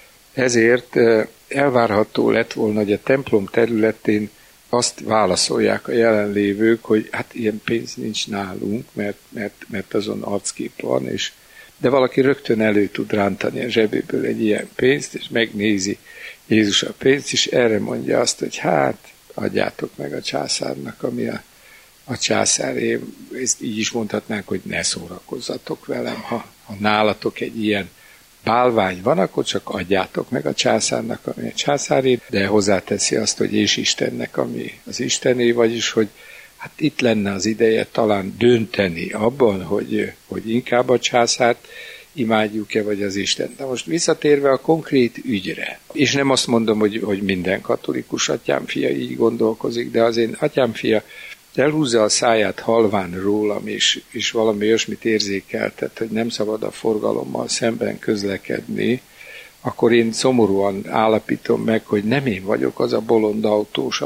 Ezért elvárható lett volna, hogy a templom területén azt válaszolják a jelenlévők, hogy hát ilyen pénz nincs nálunk, mert azon arckép van, de valaki rögtön elő tud rántani a zsebéből egy ilyen pénzt, és megnézi Jézus a pénzt, és erre mondja azt, hogy hát adjátok meg a császárnak, ami a császáré. Ezt így is mondhatnánk, hogy ne szórakozzatok velem, ha nálatok egy ilyen bálvány van, akkor csak adjátok meg a császárnak, ami a császáré, de hozzáteszi azt, hogy és Istennek, ami az Istené, vagyis, hogy hát itt lenne az ideje talán dönteni abban, hogy inkább a császárt imádjuk-e, vagy az Isten. De most visszatérve a konkrét ügyre, és nem azt mondom, hogy minden katolikus atyámfia így gondolkozik, de az én atyámfia elhúzza a száját halván rólam, és valami olyasmit érzékeltet, hogy nem szabad a forgalommal szemben közlekedni, akkor én szomorúan állapítom meg, hogy nem én vagyok az a bolond autós,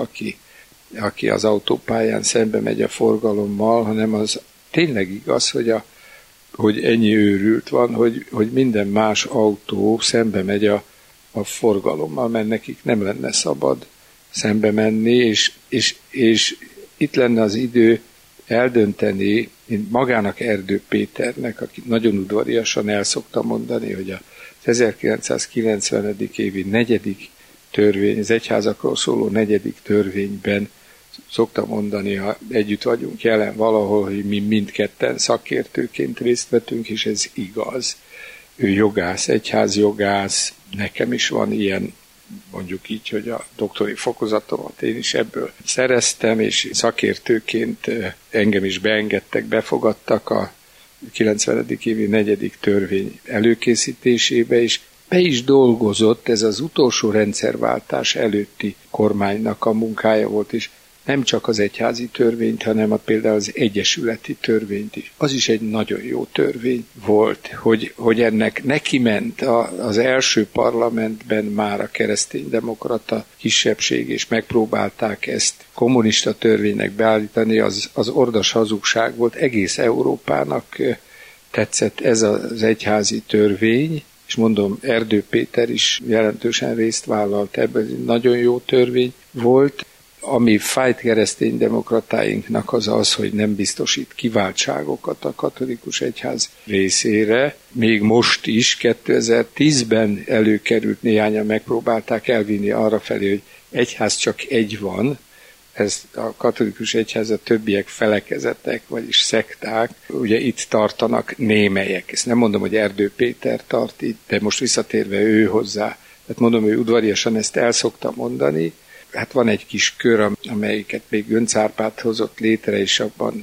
aki az autópályán szembe megy a forgalommal, hanem az tényleg igaz, hogy ennyi őrült van, hogy minden más autó szembe megy a forgalommal, mert nekik nem lenne szabad szembe menni, és itt lenne az idő eldönteni, mint magának Erdő Péternek, aki nagyon udvariasan el szokta mondani, hogy az 1990. évi 4. törvény, az egyházakról szóló 4. törvényben szokta mondani, ha együtt vagyunk jelen valahol, hogy mi mindketten szakértőként részt vettünk, és ez igaz. Ő jogász, egyházjogász, nekem is van ilyen, mondjuk így, hogy a doktori fokozatomat én is ebből szereztem, és szakértőként engem is beengedtek, befogadtak a 90. évi 4. törvény előkészítésébe, és be is dolgozott, ez az utolsó rendszerváltás előtti kormánynak a munkája volt, és nem csak az egyházi törvényt, hanem például az egyesületi törvényt is. Az is egy nagyon jó törvény volt, hogy ennek neki ment az első parlamentben már a kereszténydemokrata kisebbség, és megpróbálták ezt kommunista törvénynek beállítani, az ordas hazugság volt, egész Európának tetszett ez az egyházi törvény, és mondom, Erdő Péter is jelentősen részt vállalt ebben, ez egy nagyon jó törvény volt. Ami fájt kereszténydemokratáinknak az, hogy nem biztosít kiváltságokat a katolikus egyház részére. Még most is, 2010-ben előkerült, néhányan megpróbálták elvinni arrafelé, hogy egyház csak egy van, ez a katolikus egyház, a többiek felekezetek, vagyis szekták, ugye itt tartanak némelyek. Ezt nem mondom, hogy Erdő Péter tart itt, de most visszatérve ő hozzá, tehát mondom, hogy udvariasan ezt el szokta mondani. Hát van egy kis kör, amelyiket még Gönc Árpád hozott létre, és abban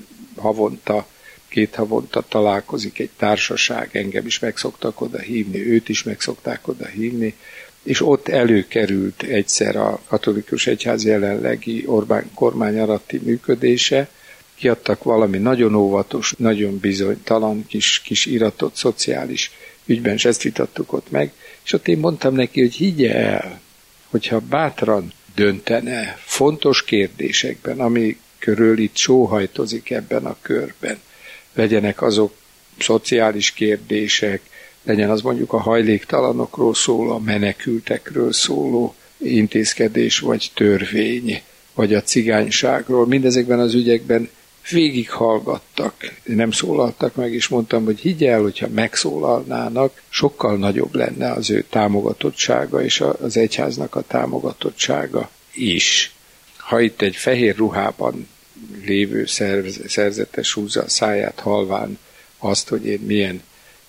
két havonta találkozik egy társaság, engem is meg szoktak oda hívni, őt is meg szokták oda hívni, és ott előkerült egyszer a katolikus egyház jelenlegi Orbán kormány alatti működése, kiadtak valami nagyon óvatos, nagyon bizonytalan kis iratot szociális ügyben, és ezt vitattuk ott meg, és ott én mondtam neki, hogy higgye el, hogyha bátran döntene fontos kérdésekben, ami körül itt sóhajtozik ebben a körben, legyenek azok szociális kérdések, legyen az mondjuk a hajléktalanokról szóló, a menekültekről szóló intézkedés, vagy törvény, vagy a cigányságról, mindezekben az ügyekben végighallgattak, nem szólaltak meg, és mondtam, hogy higgy el, hogyha megszólalnának, sokkal nagyobb lenne az ő támogatottsága, és az egyháznak a támogatottsága is. Ha itt egy fehér ruhában lévő szerzetes húzza a száját halván azt, hogy én milyen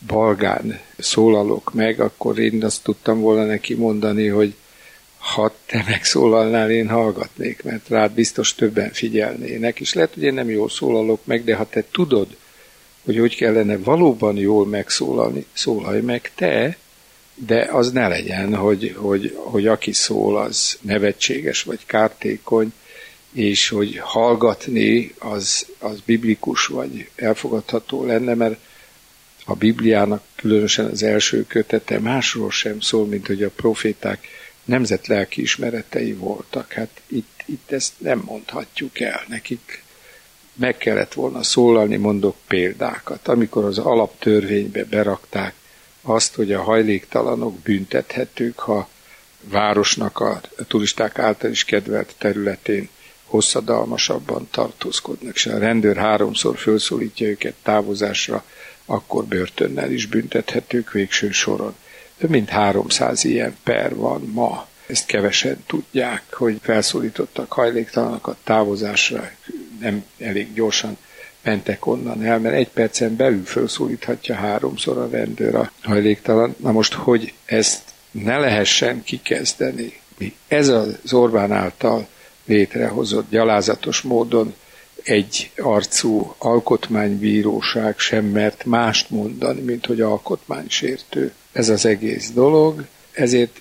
balgán szólalok meg, akkor én azt tudtam volna neki mondani, hogy ha te megszólalnál, én hallgatnék, mert rád biztos többen figyelnének, és lehet, hogy én nem jól szólalok meg, de ha te tudod, hogy kellene valóban jól megszólalni, szólalj meg te, de az ne legyen, hogy aki szól, az nevetséges vagy kártékony, és hogy hallgatni az biblikus vagy elfogadható lenne, mert a Bibliának különösen az első kötete másról sem szól, mint hogy a proféták nemzetlelki ismeretei voltak. Hát itt ezt nem mondhatjuk el. Nekik meg kellett volna szólalni, mondok példákat. Amikor az alaptörvénybe berakták azt, hogy a hajléktalanok büntethetők, ha városnak a turisták által is kedvelt területén hosszadalmasabban tartózkodnak, és a rendőr 3-szor felszólítja őket távozásra, akkor börtönnel is büntethetők végső soron. Több mint 300 ilyen per van ma. Ezt kevesen tudják, hogy felszólítottak hajléktalanokat távozásra, nem elég gyorsan mentek onnan el, mert 1 percen belül felszólíthatja 3-szor a rendőr a hajléktalan. Na most, hogy ezt ne lehessen kikezdeni, ez az Orbán által létrehozott gyalázatos módon egy arcú alkotmánybíróság sem mert mást mondani, mint hogy alkotmánysértő ez az egész dolog. Ezért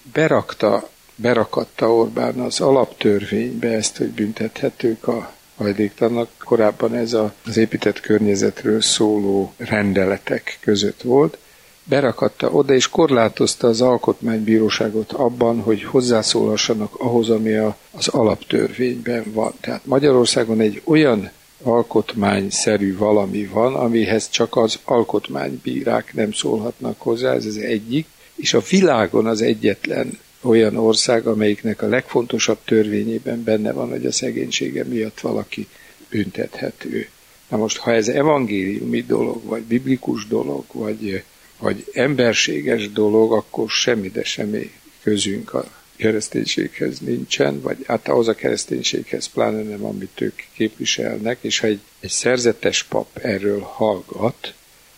berakatta Orbán az alaptörvénybe ezt, hogy büntethetők a hajléktalanok. Korábban ez az épített környezetről szóló rendeletek között volt. Berakatta oda, és korlátozta az alkotmánybíróságot abban, hogy hozzászólhassanak ahhoz, ami az alaptörvényben van. Tehát Magyarországon egy olyan alkotmányszerű valami van, amihez csak az alkotmánybírák nem szólhatnak hozzá, ez az egyik, és a világon az egyetlen olyan ország, amelyiknek a legfontosabb törvényében benne van, hogy a szegénysége miatt valaki büntethető. Na most, ha ez evangéliumi dolog, vagy biblikus dolog, vagy emberséges dolog, akkor semmi, de semmi közünk a kereszténységhez nincsen, vagy hát ahhoz a kereszténységhez pláne nem, amit ők képviselnek, és ha egy szerzetes pap erről hallgat,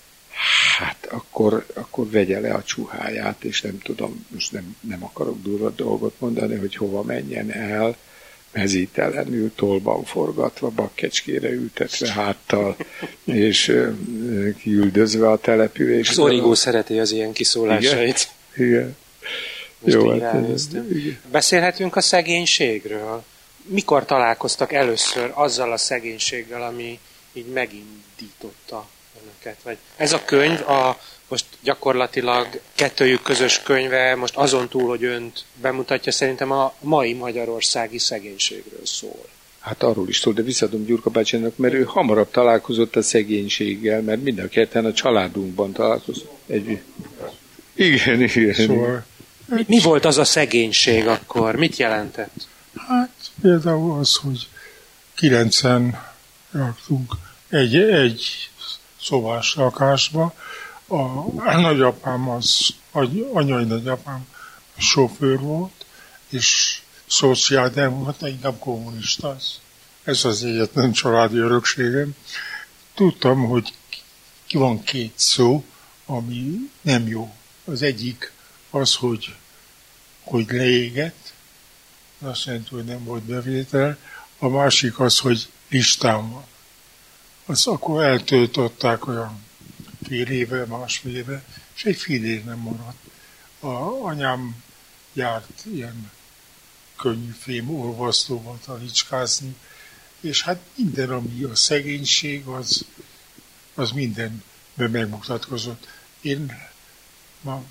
hát akkor vegye le a csuháját, és nem tudom, most nem akarok durva dolgot mondani, hogy hova menjen el, mezítelenül, tollban forgatva, bakkecskére ültetve háttal, és kiüldözve a település. Az Origó szereti az ilyen kiszólásait. Igen. Jó, igen. Beszélhetünk a szegénységről. Mikor találkoztak először azzal a szegénységgel, ami így megindította önöket? Vagy ez a könyv, most gyakorlatilag kettőjük közös könyve, most azon túl, hogy önt bemutatja, szerintem a mai magyarországi szegénységről szól. Hát arról is szól, de visszadom Gyurka bácsának, mert ő hamarabb találkozott a szegénységgel, mert mind a ketten a családunkban találkozott együtt. Igen. Szóval Mi volt az a szegénység akkor? Mit jelentett? hát például az, hogy 9-en laktunk egy szobás lakásba. A nagyapám anyai nagyapám sofőr volt, és szociáldemokrata, inkább kommunista. Ez az egyetlen családi örökségem. Tudtam, hogy van 2 szó, ami nem jó. Az egyik az, hogy leégett, azt jelenti, hogy nem volt bevétel. A másik az, hogy listán van. Azt akkor eltöltötték olyan fél éve, másfél éve, és egy fél év nem maradt. Anyám járt ilyen könnyű fém olvasztóval talicskázni, És hát minden, ami a szegénység, az mindenben megmutatkozott. Én ma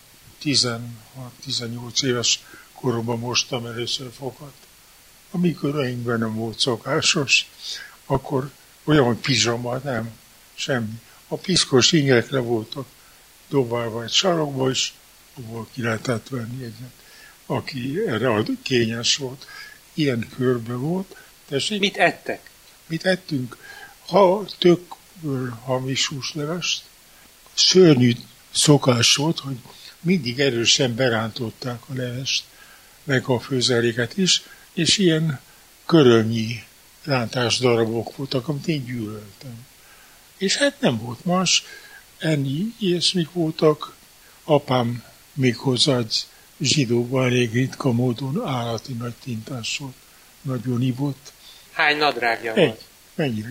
16-18 éves koromban mostam először fogat. Amikor önkben nem volt szokásos, akkor olyan pizsama, nem, semmi. A piszkos ingekre voltak dobálva egy sarokba, és abból ki lehetett venni egyet, aki erre kényes volt. Ilyen körbe volt. Tessék, mit ettek? Mit ettünk? Ha tökből hamis húslevest, szörnyű szokás volt, hogy mindig erősen berántották a levest, meg a főzeléket is, és ilyen körölnyi rántás darabok voltak, amit én gyűlöltem. És hát nem volt más, ennyi ilyesmik voltak. Apám méghozzá egy zsidóban elég ritka módon állati nagy tintás volt. Nagyon ivott. Hány nadrágja volt? Mennyire?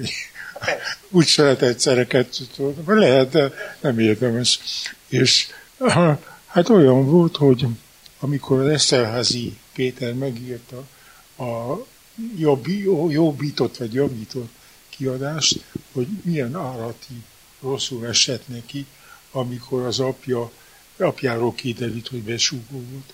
Úgy se lehet egyszerre kettőt, lehet, de nem érdemes. És hát olyan volt, hogy amikor az Eszterházy Péter megírta a jobbított vagy javított kiadást, hogy milyen állati rosszul esett neki, amikor az apjáról kiderült, hogy besúgó volt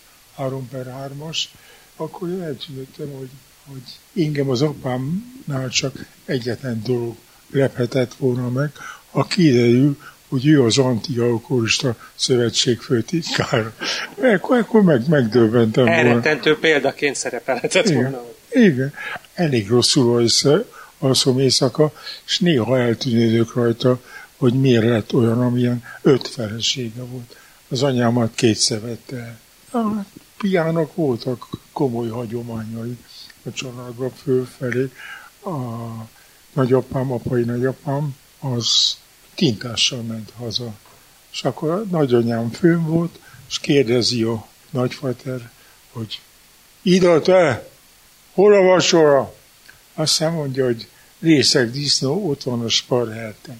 3/3, akkor én eltűnöttem, hogy engem az apámnál csak egyetlen dolog lephetett volna meg, ha kiderül, hogy ő az Antialkoholista Szövetség főtitkára. Akkor megdöbbentem volna. Elrettentő példaként szerepelhetett volna. Igen. Elég rosszul alszom éjszaka, és néha eltűnődök rajta, hogy miért lett olyan, amilyen 5 felesége volt. Az anyámat 2-szer vette el. A piának voltak komoly hagyományai a családban fölfelé. A nagyapám, apai nagyapám, az tintással ment haza. És akkor a nagyanyám fönn volt, és kérdezi a nagyfater, hogy ide te, hol a vacsora? Aztán mondja, hogy részeg disznó, ott van a sparherten.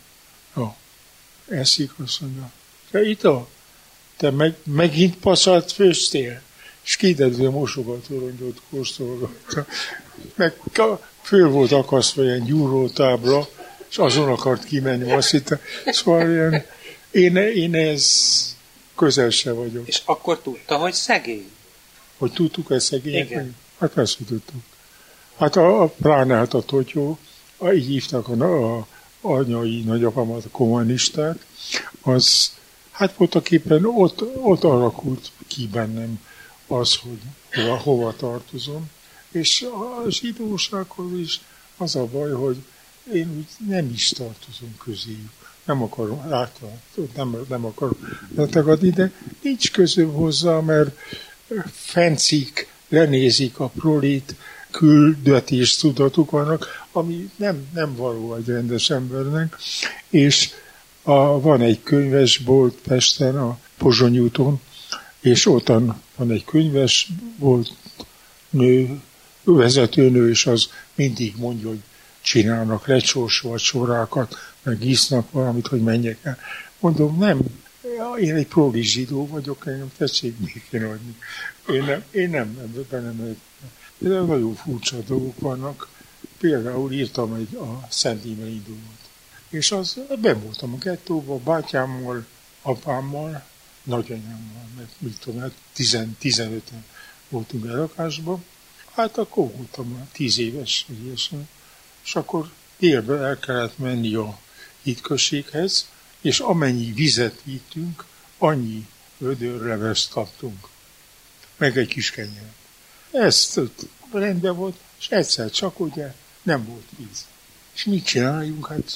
Eszik, azt mondja, te megint passzalt főztél? És kiderül, hogy mosogatórongyot kóstolgatta. Meg föl volt akasztva ilyen gyúrótábla, és azon akart kimenni, azt hittem. Szóval én ez közel se vagyok. És akkor tudta, hogy szegény? Hogy tudtuk, hogy szegények? Igen. Hát persze tudtuk. Hát a Pránát, a Totyó, így hívták a anyai nagyapámat, a kommunisták, az hát voltaképpen ott alakult ki bennem az, hogy hova tartozom. És a zsidósághoz is az a baj, hogy én úgy nem is tartozom közéjük. Nem akarom nem akarom letagadni, de nincs közöm hozzá, mert fencik, lenézik a prolit, küldetés tudatuk vannak, ami nem való egy rendes embernek, és van egy könyvesbolt Pesten, a Pozsony úton, és ottan van egy könyvesbolt nő, vezetőnő, és az mindig mondja, hogy csinálnak lecsós vacsorákat, meg isznak valamit, hogy menjek el. Mondom, nem, én egy proli zsidó vagyok, engem tessék békén adni. Én nem, ebben nem. De nagyon furcsa dolgok vannak. Például írtam a Szent Imre indulót. És ben voltam a gettóban, bátyámmal, apámmal, nagyanyámmal, mert mit tudom, 15-en voltunk a lakásban. Hát akkor voltam 10 éves, vagy ilyesmi. És akkor délben el kellett menni a hitközséghez, és amennyi vizet vittünk, annyi vödörlevest kaptunk. Meg egy kis kenyeret. Ez rendben volt, és egyszer csak ugye nem volt víz. És mit csináljunk? Hát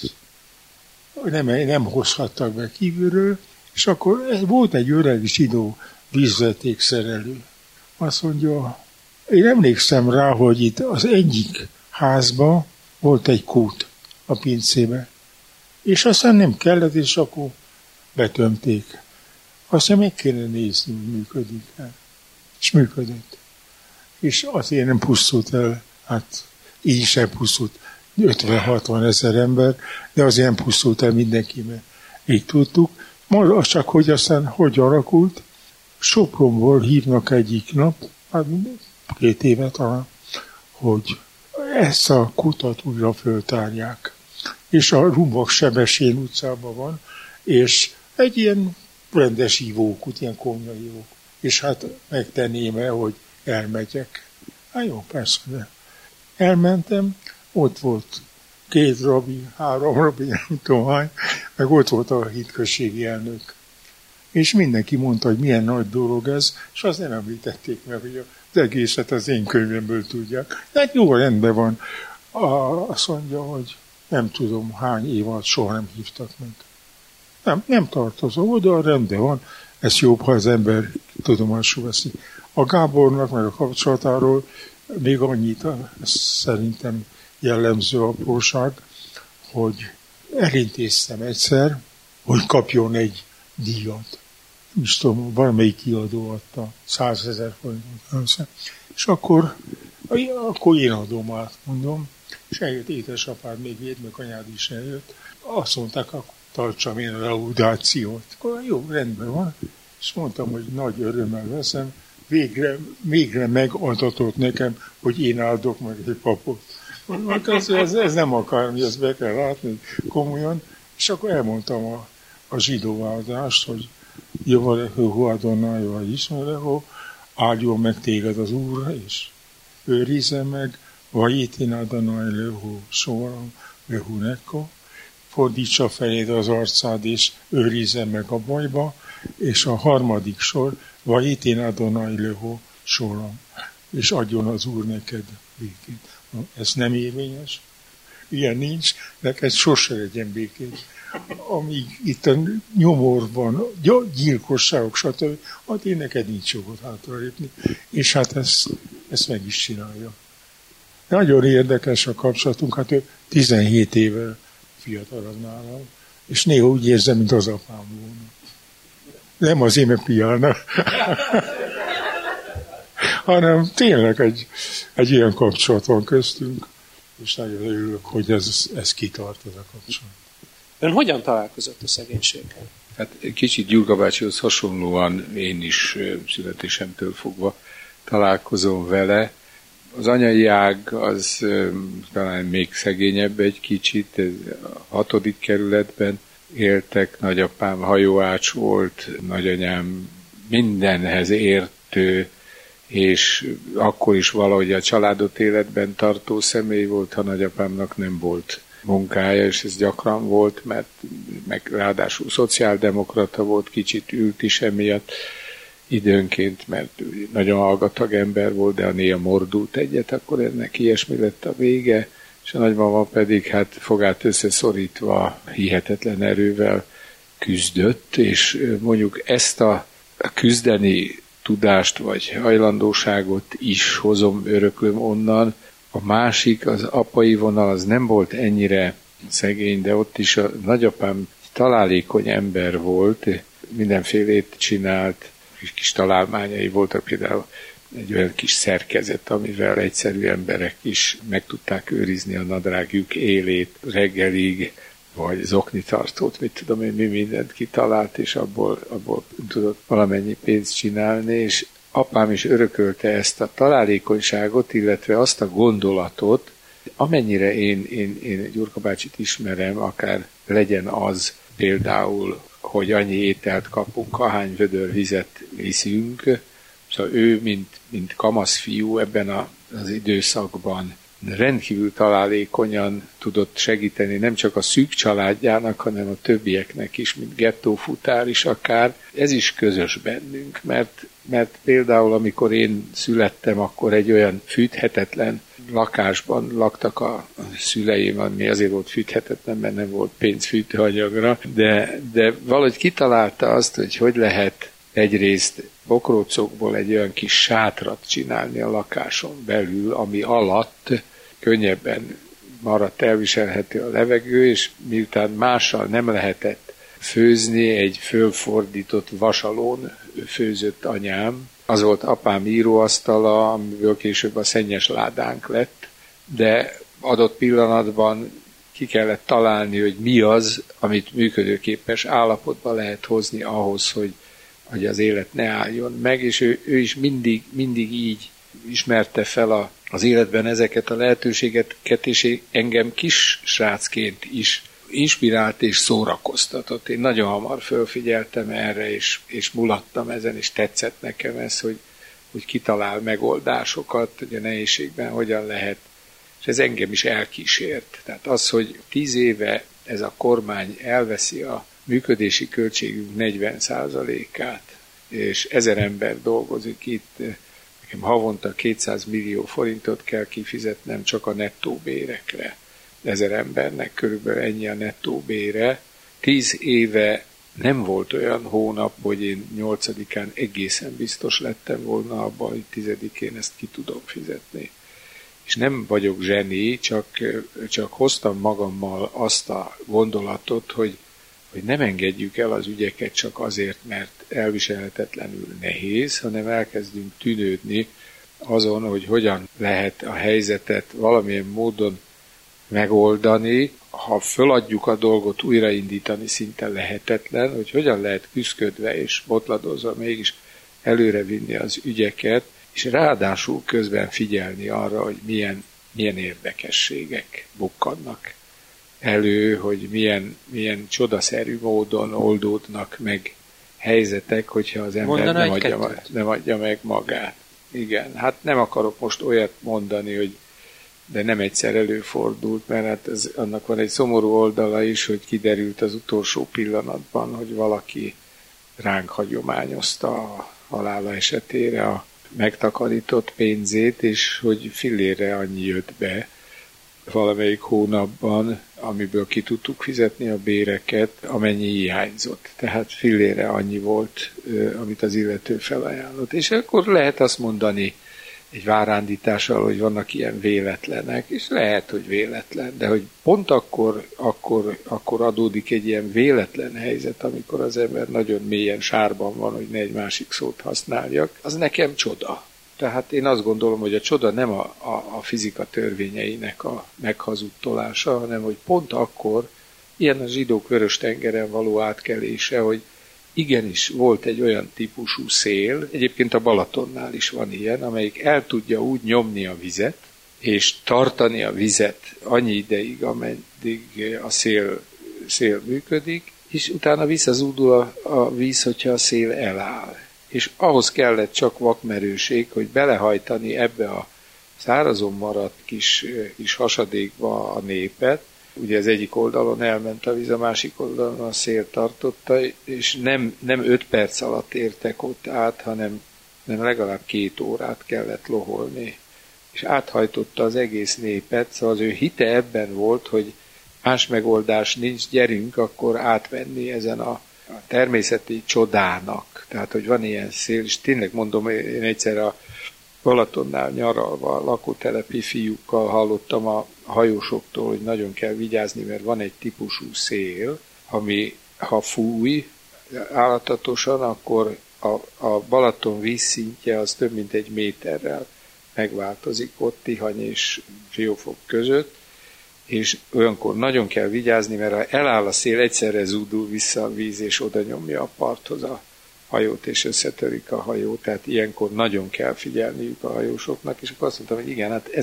nem hozhattak be kívülről, és akkor volt egy öreg zsidó vízvezetékszerelő. Azt mondja, én emlékszem rá, hogy itt az egyik házban volt egy kút a pincébe, és aztán nem kellett, és akkor betömték. Aztán meg kéne nézni, hogy működik el. És működött. És azért nem pusztult el, hát így sem pusztult 50-60 ezer ember, de azért nem pusztult el mindenki, mert így tudtuk. Majd az csak, hogy aztán hogy alakult, Sopronból hívnak egyik nap, hát 2 éve talán, hogy ezt a kutat újra föltárják. És a Rumbak Sebessén utcában van, és egy ilyen rendes ivókút, ilyen konyhaivók. És hát megtenném-e, hogy elmegyek. Hát jó, persze, de elmentem, ott volt 2 rabi, 3 rabi, nem tudom hány, meg ott volt a hitközségi elnök. És mindenki mondta, hogy milyen nagy dolog ez, és azt nem említették meg, hogy az egészet az én könyvemből tudják. De jó, rendben van. Azt mondja, hogy nem tudom hány év alatt soha nem hívtak meg. Nem tartozom oda, rendben van. Ez jobb, ha az ember tudomásul veszi. A Gábornak, meg a kapcsolatáról még annyit, szerintem jellemző apróság, hogy elintéztem egyszer, hogy kapjon egy díjat. Nem is tudom, valamelyik kiadó adta 100 000 forintot. És akkor én adom át, mondom, és eljött édesapád, még meg anyád is eljött. Azt mondták, akkor tartsam én a laudációt. Akkor jó, rendben van. És mondtam, hogy nagy örömmel veszem. Végre megadatott nekem, hogy én áldok meg egy papot. Ez nem akármi, ezt be kell látni komolyan. És akkor elmondtam a zsidó áldást, hogy Javarehu Adonai vagy Ismerehu, áldjon meg téged az Úr, és őrizze meg, vagy itin Adonai lehu soram, lehu nekko, fordítsa feléd az arcád, és őrizze meg a bajba, és a harmadik sor, vagy itin Adonai lehu soram, és adjon az Úr neked békét. Ez nem érvényes? Ilyen nincs, neked sose legyen békét. Amíg itt a nyomorban, gyilkosságok, stb., hát én neked nincs jogod hátralépni. És hát ezt meg is csinálja. Nagyon érdekes a kapcsolatunk, hát ő 17 éve fiatalabb nálam, és néha úgy érzem, mint az apám volna. Nem azért, mert piálna, hanem tényleg egy ilyen kapcsolat van köztünk, és nagyon örülök, hogy ez kitart, ez a kapcsolat. Ön hogyan találkozott a szegénységgel? Hát kicsit Gyurga bácsihoz hasonlóan én is születésemtől fogva találkozom vele. Az anyai ág az talán még szegényebb egy kicsit, a 6. kerületben éltek, nagyapám hajóács volt, nagyanyám mindenhez értő, és akkor is valahogy a családot életben tartó személy volt, ha nagyapámnak nem volt munkája, és ez gyakran volt, mert meg ráadásul szociáldemokrata volt, kicsit ült is emiatt időnként, mert nagyon hallgatag ember volt, de a néha mordult egyet, akkor ennek ilyesmi lett a vége, és a nagymama pedig hát fogát összeszorítva hihetetlen erővel küzdött, és mondjuk ezt a küzdeni tudást vagy hajlandóságot is hozom, öröklöm onnan. A másik, az apai vonal, az nem volt ennyire szegény, de ott is a nagyapám találékony ember volt, mindenfélét csinált, kis találmányai voltak, például egy olyan kis szerkezet, amivel egyszerű emberek is meg tudták őrizni a nadrágjuk élét reggelig, vagy zoknitartót, mit tudom én, mi mindent kitalált, és abból tudott valamennyi pénzt csinálni, és apám is örökölte ezt a találékonyságot, illetve azt a gondolatot, amennyire én Gyurka bácsit ismerem, akár legyen az például, hogy annyi ételt kapunk, ahány vödör vizet viszünk, szóval ő, mint kamasz fiú ebben az időszakban rendkívül találékonyan tudott segíteni nem csak a szűk családjának, hanem a többieknek is, mint gettófutár is akár. Ez is közös bennünk, mert például amikor én születtem, akkor egy olyan fűthetetlen lakásban laktak a szüleim, ami azért volt fűthetetlen, mert nem volt pénz fűtőanyagra, de valahogy kitalálta azt, hogy lehet egyrészt bokrócokból egy olyan kis sátrat csinálni a lakáson belül, ami alatt könnyebben maradt elviselhető a levegő, és miután mással nem lehetett főzni, egy fölfordított vasalón főzött anyám. Az volt apám íróasztala, amiből később a szennyes ládánk lett, de adott pillanatban ki kellett találni, hogy mi az, amit működőképes állapotba lehet hozni ahhoz, hogy az élet ne álljon meg, és ő is mindig így ismerte fel a az életben ezeket a lehetőségeket, és engem kis srácként is inspirált és szórakoztatott. Én nagyon hamar fölfigyeltem erre, és mulattam ezen, és tetszett nekem ez, hogy kitalál megoldásokat, hogy a nehézségben hogyan lehet. És ez engem is elkísért. Tehát az, hogy 10 éve ez a kormány elveszi a működési költségünk 40%-át, és 1000 ember dolgozik itt, nekem havonta 200 millió forintot kell kifizetnem csak a nettó bérekre. 1000 embernek körülbelül ennyi a nettó bére. 10 éve nem volt olyan hónap, hogy én 8-án egészen biztos lettem volna abban, hogy 10-én ezt ki tudom fizetni. És nem vagyok zseni, csak hoztam magammal azt a gondolatot, hogy nem engedjük el az ügyeket csak azért, mert elviselhetetlenül nehéz, hanem elkezdünk tűnődni azon, hogy hogyan lehet a helyzetet valamilyen módon megoldani, ha föladjuk a dolgot újraindítani szinte lehetetlen, hogy hogyan lehet küszködve és botladozva mégis előrevinni az ügyeket, és ráadásul közben figyelni arra, hogy milyen érdekességek bukkannak elő, hogy milyen csodaszerű módon oldódnak meg helyzetek, hogyha az ember nem adja meg magát. Igen, hát nem akarok most olyat mondani, hogy de nem egyszer előfordult, mert hát annak van egy szomorú oldala is, hogy kiderült az utolsó pillanatban, hogy valaki ránk hagyományozta a halála esetére a megtakarított pénzét, és hogy fillére annyi jött be valamelyik hónapban, amiből ki tudtuk fizetni a béreket, amennyi hiányzott. Tehát fillére annyi volt, amit az illető felajánlott. És akkor lehet azt mondani egy várándítással, hogy vannak ilyen véletlenek, és lehet, hogy véletlen, de hogy pont akkor adódik egy ilyen véletlen helyzet, amikor az ember nagyon mélyen sárban van, hogy ne egy másik szót használjak, az nekem csoda. Tehát én azt gondolom, hogy a csoda nem a fizika törvényeinek a meghazudtolása, hanem hogy pont akkor ilyen a zsidók Vörös-tengeren való átkelése, hogy igenis volt egy olyan típusú szél, egyébként a Balatonnál is van ilyen, amelyik el tudja úgy nyomni a vizet, és tartani a vizet annyi ideig, ameddig a szél működik, és utána visszazúdul a víz, hogyha a szél eláll. És ahhoz kellett csak vakmerőség, hogy belehajtani ebbe a szárazon maradt kis hasadékba a népet. Ugye az egyik oldalon elment a víz, a másik oldalon a szél tartotta, és nem 5 perc alatt értek ott át, hanem legalább 2 órát kellett loholni. És áthajtotta az egész népet, szóval az ő hite ebben volt, hogy más megoldás nincs, gyerünk akkor átvenni ezen a természeti csodának. Tehát, hogy van ilyen szél, és tényleg mondom, én egyszer a Balatonnál nyaralva a lakótelepi fiúkkal hallottam a hajósoktól, hogy nagyon kell vigyázni, mert van egy típusú szél, ami ha fúj állatatosan, akkor a Balaton vízszintje az több mint 1 méterrel megváltozik ott Tihany és Siófok között, és olyankor nagyon kell vigyázni, mert ha eláll a szél, egyszerre zúdul vissza a víz, és oda nyomja a parthoz a hajót, és összetörik a hajó, tehát ilyenkor nagyon kell figyelniük a hajósoknak, és akkor azt mondtam, hogy igen, hát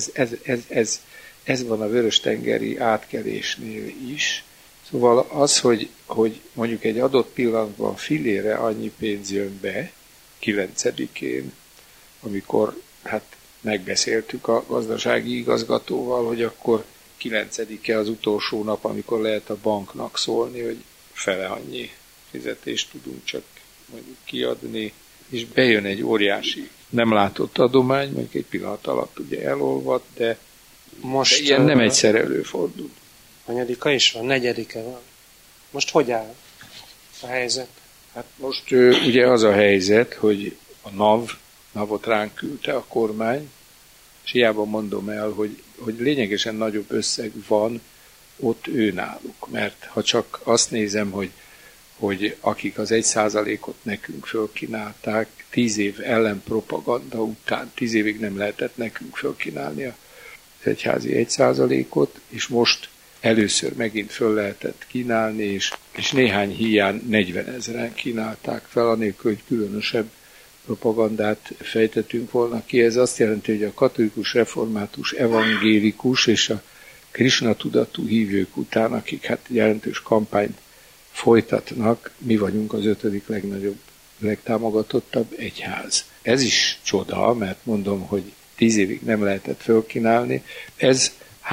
ez van a Vörös-tengeri átkelésnél is. Szóval az, hogy mondjuk egy adott pillanatban fillére annyi pénz jön be, 9-én, amikor hát megbeszéltük a gazdasági igazgatóval, hogy akkor 9-e az utolsó nap, amikor lehet a banknak szólni, hogy fele annyi fizetést tudunk csak mondjuk kiadni, és bejön egy óriási nem látott adomány, mondjuk egy pillanat alatt ugye elolvadt, de most ilyen nem egyszer előfordul. Hanyadika is van, 4-e van. Most hogy áll a helyzet? Hát most ugye az a helyzet, hogy a NAV-ot ránk küldte a kormány, és hiába mondom el, hogy lényegesen nagyobb összeg van ott náluk, mert ha csak azt nézem, hogy akik az 1%-ot nekünk fölkínálták, 10 év ellenpropaganda után, 10 évig nem lehetett nekünk fölkínálni az egyházi 1%-ot, és most először megint föl lehetett kínálni, és néhány híján 40 000-en kínálták fel, anélkül, hogy különösebb propagandát fejtettünk volna ki. Ez azt jelenti, hogy a katolikus, református, evangélikus és a Krisna tudatú hívők után, akik hát jelentős kampányt folytatnak, mi vagyunk az 5. legnagyobb, legtámogatottabb egyház. Ez is csoda, mert mondom, hogy 10 évig nem lehetett fölkínálni. Ez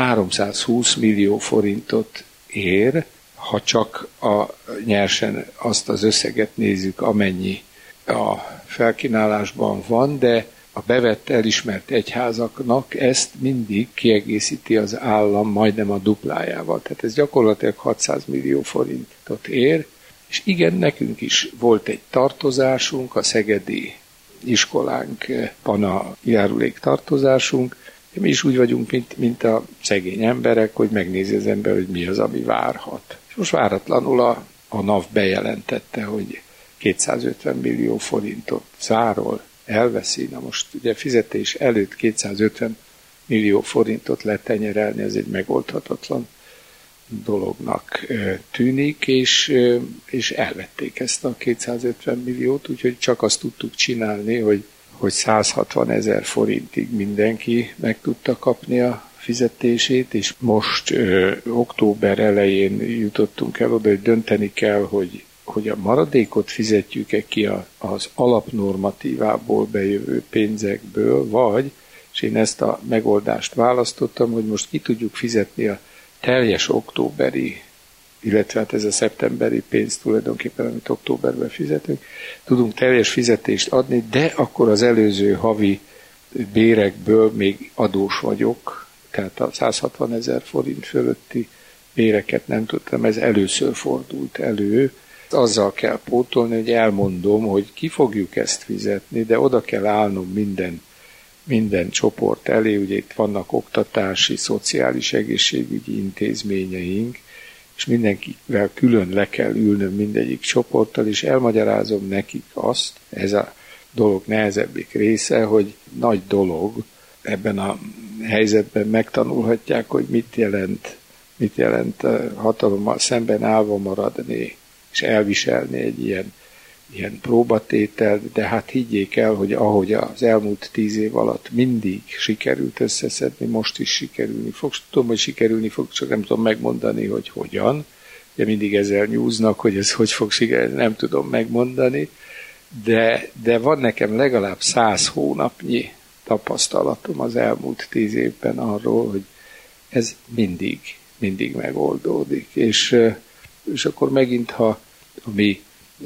320 millió forintot ér, ha csak nyersen azt az összeget nézzük, amennyi a felkínálásban van, de a bevett elismert egyházaknak ezt mindig kiegészíti az állam majdnem a duplájával. Tehát ez gyakorlatilag 600 millió forintot ér, és igen, nekünk is volt egy tartozásunk, a szegedi iskolánkban a járulék tartozásunk. Mi is úgy vagyunk, mint a szegény emberek, hogy megnézi az ember, hogy mi az, ami várhat. És most váratlanul a NAV bejelentette, hogy 250 millió forintot zárol, elveszi. Na most ugye fizetés előtt 250 millió forintot letenyerelni, ez egy megoldhatatlan dolognak tűnik, és elvették ezt a 250 milliót, úgyhogy csak azt tudtuk csinálni, hogy 160 000 forintig mindenki meg tudta kapni a fizetését, és most október elején jutottunk el oda, hogy dönteni kell, hogy a maradékot fizetjük-e ki az alapnormatívából bejövő pénzekből, vagy, és én ezt a megoldást választottam, hogy most ki tudjuk fizetni a teljes októberi, illetve hát ez a szeptemberi pénz tulajdonképpen, amit októberben fizetünk, tudunk teljes fizetést adni, de akkor az előző havi bérekből még adós vagyok, tehát a 160 000 forint fölötti béreket nem tudtam, ez először fordult elő. Azzal kell pótolni, hogy elmondom, hogy ki fogjuk ezt fizetni, de oda kell állnom minden csoport elé, ugye itt vannak oktatási, szociális, egészségügyi intézményeink, és mindenkivel külön le kell ülnöm mindegyik csoporttal, és elmagyarázom nekik azt, ez a dolog nehezebbik része, hogy nagy dolog, ebben a helyzetben megtanulhatják, hogy mit jelent hatalommal szemben állva maradni, és elviselni egy ilyen próbatételt, de hát higgyék el, hogy ahogy az elmúlt 10 év alatt mindig sikerült összeszedni, most is sikerülni fog. Tudom, hogy sikerülni fog, csak nem tudom megmondani, hogy hogyan. Ugye mindig ezzel nyúznak, hogy ez hogy fog sikerülni, nem tudom megmondani, de van nekem legalább 100 hónapnyi tapasztalatom az elmúlt 10 évben arról, hogy ez mindig megoldódik. És akkor megint, ha a mi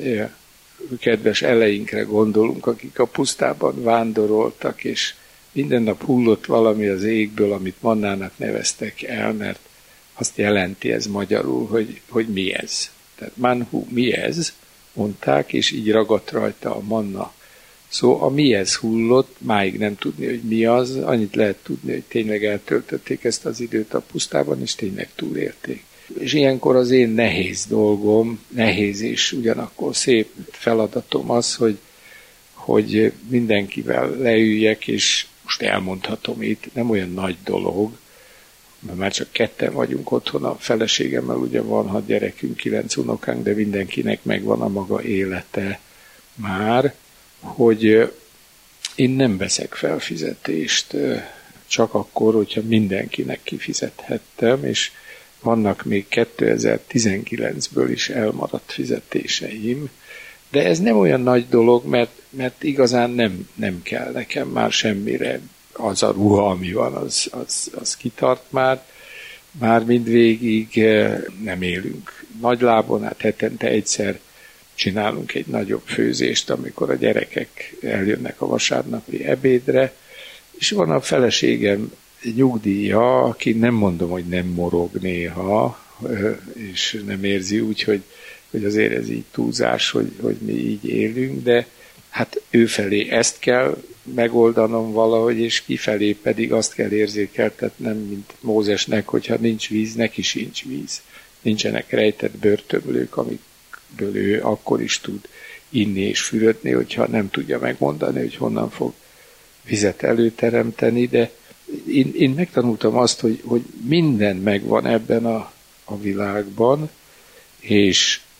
kedves eleinkre gondolunk, akik a pusztában vándoroltak, és minden nap hullott valami az égből, amit mannának neveztek el, mert azt jelenti ez magyarul, hogy mi ez. Tehát manhu, mi ez, mondták, és így ragadt rajta a manna. Szóval a mi ez hullott, máig nem tudni, hogy mi az, annyit lehet tudni, hogy tényleg eltöltötték ezt az időt a pusztában, és tényleg túlélték. És ilyenkor az én nehéz dolgom, nehéz és ugyanakkor szép feladatom az, hogy mindenkivel leüljek, és most elmondhatom itt, nem olyan nagy dolog, mert már csak ketten vagyunk otthon, a feleségemmel ugye van 6 gyerekünk, 9 unokánk, de mindenkinek megvan a maga élete már, hogy én nem veszek fel fizetést, csak akkor, hogyha mindenkinek kifizethettem, és vannak még 2019-ből is elmaradt fizetéseim, de ez nem olyan nagy dolog, mert igazán nem kell nekem már semmire. Az a ruha, ami van, az kitart már mindvégig nem élünk nagylábon, hát hetente egyszer csinálunk egy nagyobb főzést, amikor a gyerekek eljönnek a vasárnapi ebédre, és van a feleségem nyugdíja, aki nem mondom, hogy nem morog néha, és nem érzi úgy, hogy azért ez így túlzás, hogy mi így élünk, de hát ő felé ezt kell megoldanom valahogy, és kifelé pedig azt kell érzékeltetnem, mint Mózesnek, hogyha nincs víz, neki sincs víz. Nincsenek rejtett börtönlők, amikből ő akkor is tud inni és fürödni, hogyha nem tudja megmondani, hogy honnan fog vizet előteremteni, de én megtanultam azt, hogy minden megvan ebben a világban, és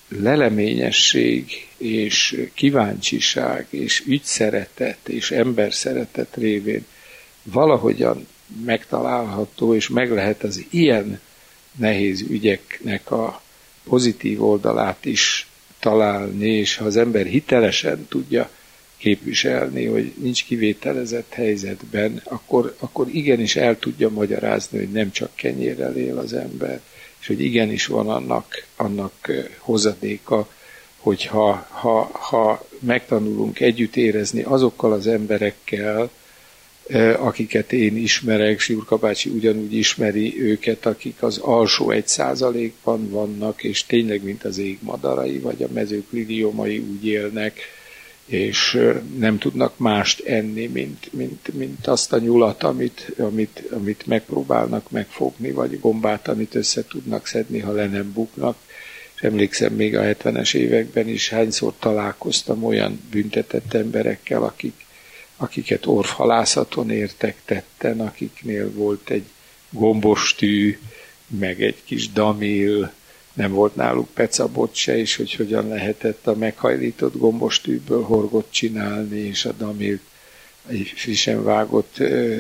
leleményesség és kíváncsiság és ügyszeretet és emberszeretet révén valahogyan megtalálható, és meg lehet az ilyen nehéz ügyeknek a pozitív oldalát is találni, és ha az ember hitelesen tudja képviselni, hogy nincs kivételezett helyzetben, akkor igenis el tudja magyarázni, hogy nem csak kenyérrel él az ember, és hogy igenis van annak hozadéka, hogy ha megtanulunk együtt érezni azokkal az emberekkel, akiket én ismerek, Siurka bácsi ugyanúgy ismeri őket, akik az alsó 1%-ban vannak, és tényleg, mint az égmadarai, vagy a mezők liliomai úgy élnek, és nem tudnak mást enni, mint azt a nyulat, amit megpróbálnak megfogni, vagy gombát, amit össze tudnak szedni, ha le nem buknak. És emlékszem, még a 70-es években is hányszor találkoztam olyan büntetett emberekkel, akiket orvhalászaton értek tetten, akiknél volt egy gombostű, meg egy kis damil, nem volt náluk pecabot se, és hogy hogyan lehetett a meghajlított gombostűből horgot csinálni, és a damilt egy frissen vágott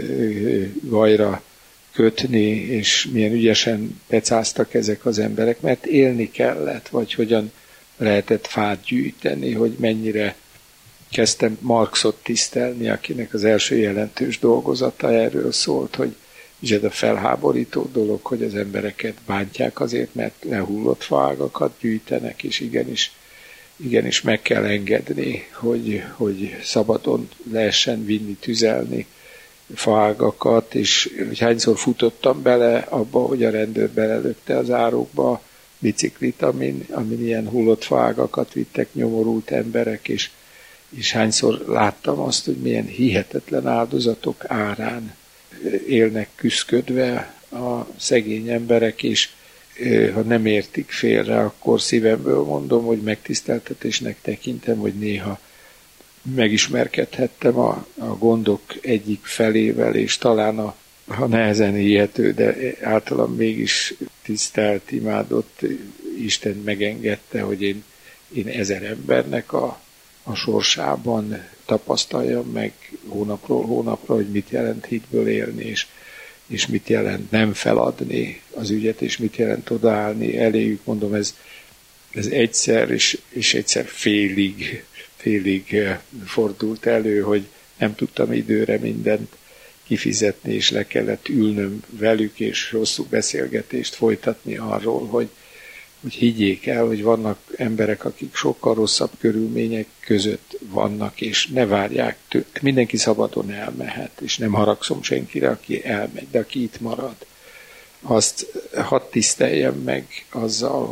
gajra kötni, és milyen ügyesen pecáztak ezek az emberek, mert élni kellett, vagy hogyan lehetett fát gyűjteni, hogy mennyire kezdtem Marxot tisztelni, akinek az első jelentős dolgozata erről szólt, hogy ez a felháborító dolog, hogy az embereket bántják azért, mert lehullott faágakat gyűjtenek, és igenis meg kell engedni, hogy szabadon lehessen vinni, tüzelni faágakat, és hogy hányszor futottam bele abba, hogy a rendőr belelökte az árokba a biciklit, amin ilyen hullott faágakat vittek nyomorult emberek, és hányszor láttam azt, hogy milyen hihetetlen áldozatok árán élnek küszködve a szegény emberek, és ha nem értik félre, akkor szívemből mondom, hogy megtiszteltetésnek tekintem, hogy néha megismerkedhettem a gondok egyik felével, és talán ha nehezen hihető, de általam mégis tisztelt, imádott Isten megengedte, hogy én 1000 embernek a sorsában tapasztaljam meg hónapról hónapra, hogy mit jelent hitből élni, és mit jelent nem feladni az ügyet, és mit jelent odaállni eléjük. Mondom, ez egyszer, és egyszer félig fordult elő, hogy nem tudtam időre mindent kifizetni, és le kellett ülnöm velük, és hosszú beszélgetést folytatni arról, hogy higgyék el, hogy vannak emberek, akik sokkal rosszabb körülmények között vannak, és ne várják tőle. Mindenki szabadon elmehet, és nem haragszom senkire, aki elmegy, de aki itt marad, azt hadd tiszteljem meg azzal,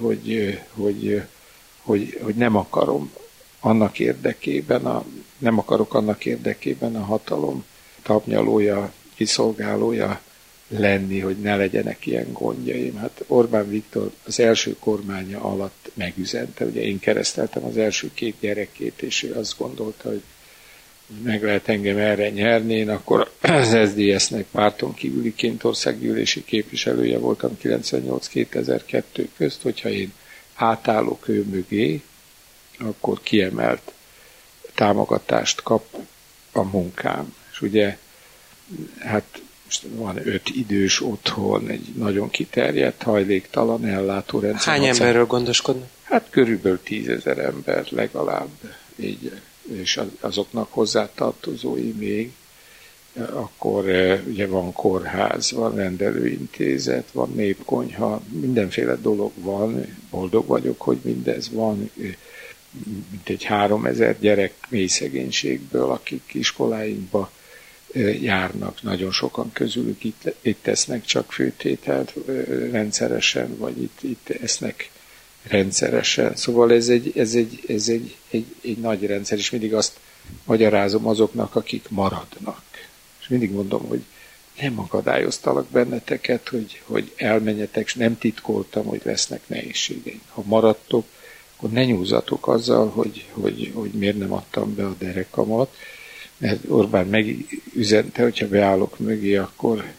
hogy nem akarom annak érdekében, nem akarok annak érdekében a hatalom tapnyalója, kiszolgálója lenni, hogy ne legyenek ilyen gondjaim. Hát Orbán Viktor az első kormánya alatt megüzente, ugye én kereszteltem az első 2 gyerekét, és ő azt gondolta, hogy meg lehet engem erre nyerni, én akkor az SZDSZ-nek párton kívüliként országgyűlési képviselője voltam 98-2002 közt, hogyha én átállok ő mögé, akkor kiemelt támogatást kap a munkám. És ugye, hát most van 5 idős otthon, egy nagyon kiterjedt, hajléktalan ellátórendszer. Hány emberről gondoskodnak? Hát körülbelül 10 000 ember legalább, így, és azoknak hozzátartozói még. Akkor ugye van kórház, van rendelőintézet, van népkonyha, mindenféle dolog van, boldog vagyok, hogy mindez van, mint egy 3000 gyerek mély szegénységből, akik iskoláinkba járnak, nagyon sokan közülük itt tesznek csak főtételt rendszeresen, vagy itt esznek rendszeresen. Szóval ez egy nagy rendszer, és mindig azt magyarázom azoknak, akik maradnak. És mindig mondom, hogy nem akadályoztalak benneteket, hogy elmenjetek, és nem titkoltam, hogy lesznek nehézségeink. Ha maradtok, akkor ne nyúzatok azzal, hogy miért nem adtam be a derekamat, mert Orbán megüzente, hogyha beállok mögé,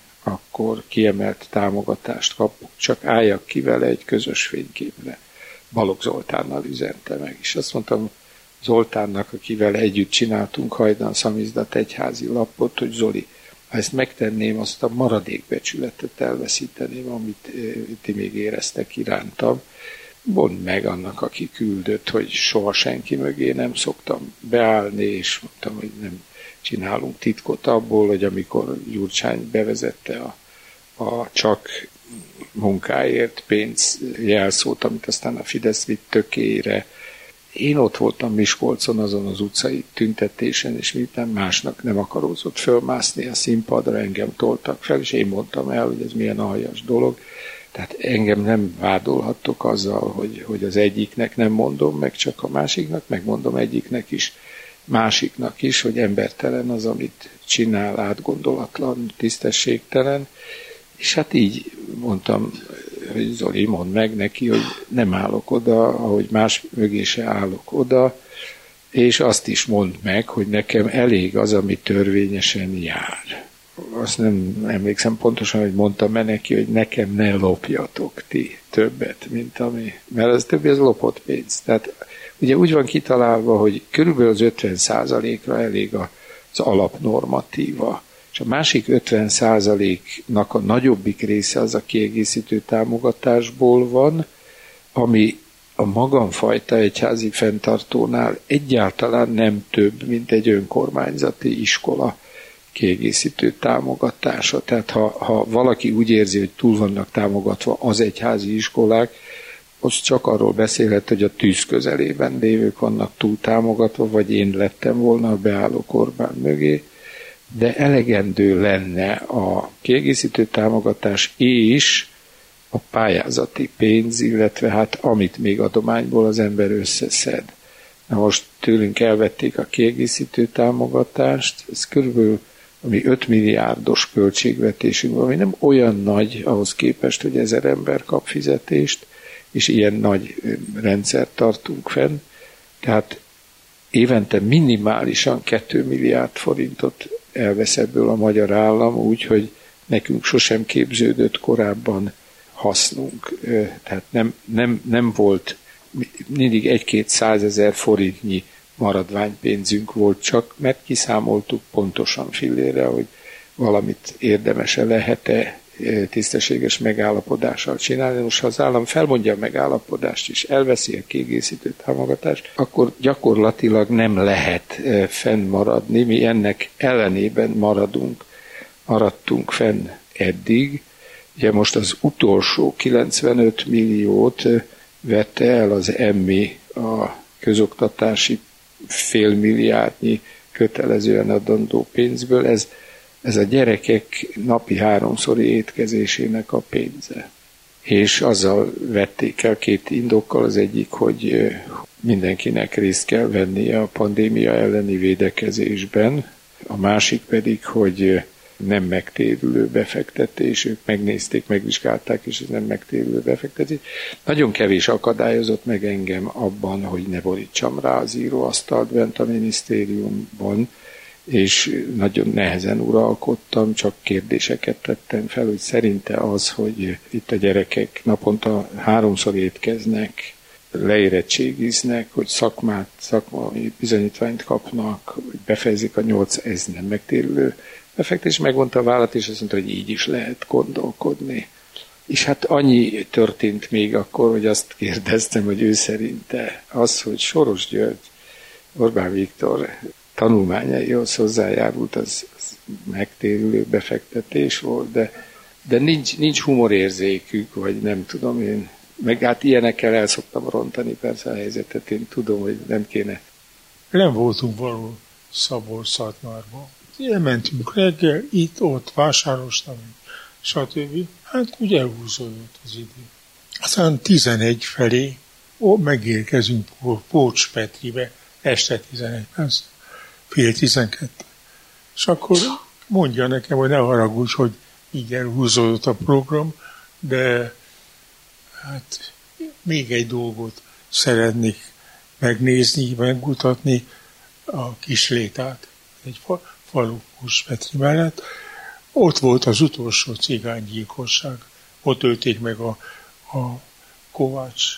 akkor kiemelt támogatást kapok. Csak álljak ki vele egy közös fényképre. Balogh Zoltánnal üzente meg. És azt mondtam Zoltánnak, akivel együtt csináltunk hajdan szamizdat egyházi lapot, hogy Zoli, ha ezt megtenném, azt a maradékbecsületet elveszíteném, amit ti még éreztek irántam. Mondd meg annak, aki küldött, hogy soha senki mögé nem szoktam beállni, és mondtam, hogy nem csinálunk titkot abból, hogy amikor Gyurcsány bevezette a csak munkáért pénz jelszót, amit aztán a Fidesz vitt tökére. Én ott voltam Miskolcon azon az utcai tüntetésen, és miután másnak nem akarózott fölmászni a színpadra, engem toltak fel, és én mondtam el, hogy ez milyen aljas dolog. Tehát engem nem vádolhattok azzal, hogy az egyiknek nem mondom meg, csak a másiknak, megmondom egyiknek is, másiknak is, hogy embertelen az, amit csinál, átgondolatlan, tisztességtelen. És hát így mondtam, hogy Zoli, mondd meg neki, hogy nem állok oda, ahogy más mögé se állok oda, és azt is mondd meg, hogy nekem elég az, ami törvényesen jár. Azt nem emlékszem pontosan, hogy mondtam-e neki, hogy nekem ne lopjatok ti többet, mint ami, mert az többi az lopott pénz. Tehát ugye úgy van kitalálva, hogy körülbelül az 50%-ra elég az alapnormatíva, és a másik 50%-nak a nagyobbik része az a kiegészítő támogatásból van, ami a magamfajta egyházi fenntartónál egyáltalán nem több, mint egy önkormányzati iskola kiegészítő támogatása. Tehát ha valaki úgy érzi, hogy túl vannak támogatva az egyházi iskolák, az csak arról beszélhet, hogy a tűz közelében lévők vannak túl támogatva, vagy én lettem volna a beálló Orbán mögé, de elegendő lenne a kiegészítő támogatás és a pályázati pénz, illetve hát amit még adományból az ember összeszed. Na most tőlünk elvették a kiegészítő támogatást, ez körülbelül ami 5 milliárdos költségvetésünk, ami nem olyan nagy ahhoz képest, hogy 1000 ember kap fizetést, és ilyen nagy rendszert tartunk fenn. Tehát évente minimálisan 2 milliárd forintot elvesz ebből a magyar állam, úgyhogy nekünk sosem képződött korábban hasznunk. Tehát nem volt, mindig 1-200 000 forintnyi maradványpénzünk volt csak, mert kiszámoltuk pontosan fillére, hogy valamit érdemese lehet-e tisztességes megállapodással csinálni. Most ha az állam felmondja a megállapodást és elveszi a kiegészítő támogatást, akkor gyakorlatilag nem lehet fennmaradni. Mi ennek ellenében maradtunk fenn eddig. Ugye most az utolsó 95 milliót vette el az EMMI a közoktatási félmilliárdnyi kötelezően adandó pénzből. Ez a gyerekek napi 3-szori étkezésének a pénze. És azzal vették el 2 indokkal, az egyik, hogy mindenkinek részt kell vennie a pandémia elleni védekezésben, a másik pedig, hogy nem megtérülő befektetés, ők megnézték, megvizsgálták, és ez nem megtérülő befektetés. Nagyon kevés akadályozott meg engem abban, hogy ne borítsam rá az íróasztalt bent a minisztériumban, és nagyon nehezen uralkodtam, csak kérdéseket tettem fel, hogy szerinte az, hogy itt a gyerekek naponta 3-szor étkeznek, leérettségiznek, hogy szakmai bizonyítványt kapnak, hogy befejezik a 8, ez nem megtérülő befektetés. Megmondta a vállalat, és azt mondta, hogy így is lehet gondolkodni. És hát annyi történt még akkor, hogy azt kérdeztem, hogy ő szerinte az, hogy Soros György, Orbán Viktor tanulmányaihoz hozzájárult, az megtérülő befektetés volt, de nincs humorérzékük, vagy nem tudom én. Meg hát ilyenekkel el szoktam rontani persze a helyzetet, én tudom, hogy nem kéne. Nem voltunk való Szabolcs-Szatmárban. Elmentünk reggel, itt-ott, Vásárosnál, stb. Hát úgy elhúzódott az idő. Aztán 11 felé megérkezünk Pócs Petribe, este 11, fél 12. És akkor mondja nekem, hogy ne haragudj, hogy így elhúzódott a program, de hát még egy dolgot szeretnék megnézni, megmutatni, a Kislétát, egy falu Pócs Petri mellett. Ott volt az utolsó cigánygyilkosság. Ott ölték meg a Kovács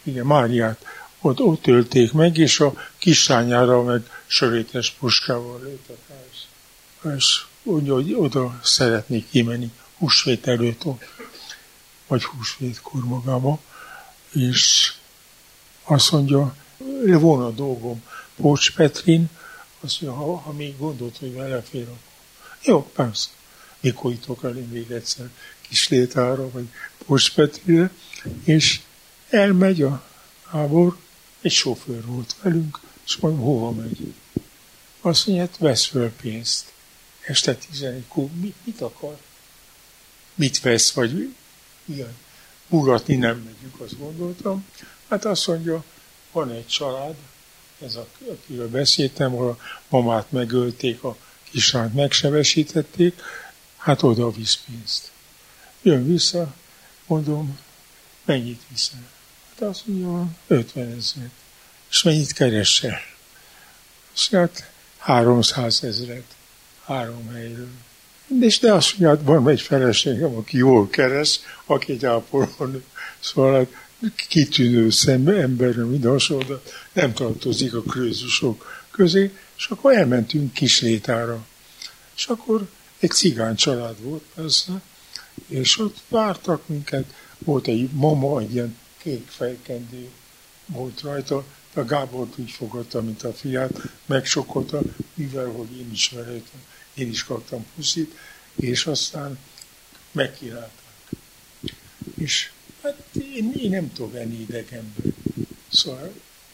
Igen, Máriát ott ölték meg, és a kislányára meg sörétes puskával lőttek el. És úgy, hogy oda szeretnék kimenni húsvét előtt, vagy húsvétkor magába, és azt mondja, volna dolgom Pócs Petrin, azt mondja, ha még gondolt, hogy vele fél, akkor jó, persze, mikor jutok el én még egyszer Kislétára, vagy Pócs Petrire, és elmegy a Gábor, egy sofőr volt velünk, és mondja, hova megy? Azt mondja, hát vesz föl pénzt. Este 11-kor, mit akar? Mit vesz, vagy ilyen? Muratni nem megyünk, azt gondoltam. Hát azt mondja, van egy család, ez akiről beszéltem, ahol a mamát megölték, a kislányt megsebesítették, hát oda visz pénzt. Jön vissza, mondom, mennyit viszel? Hát azt mondja, 50 000. És mennyit keresel? És hát 300 000 3 helyről. De azt mondja, van egy feleségem, aki jól keres, aki egy ápolónő. Szóval hát kitűnő ember, minden hasonló, nem tartozik a krőzusok közé, és akkor elmentünk Kislétára. És akkor egy cigány család volt persze, és ott vártak minket, volt egy mama, egy ilyen kék fejkendő volt rajta, a Gábort úgy fogadta, mint a fiát, megsokolta, mivel, hogy én is verejtem, én is kaptam puszit, és aztán megkínálták. És hát én nem tudok enni idegenben. Szóval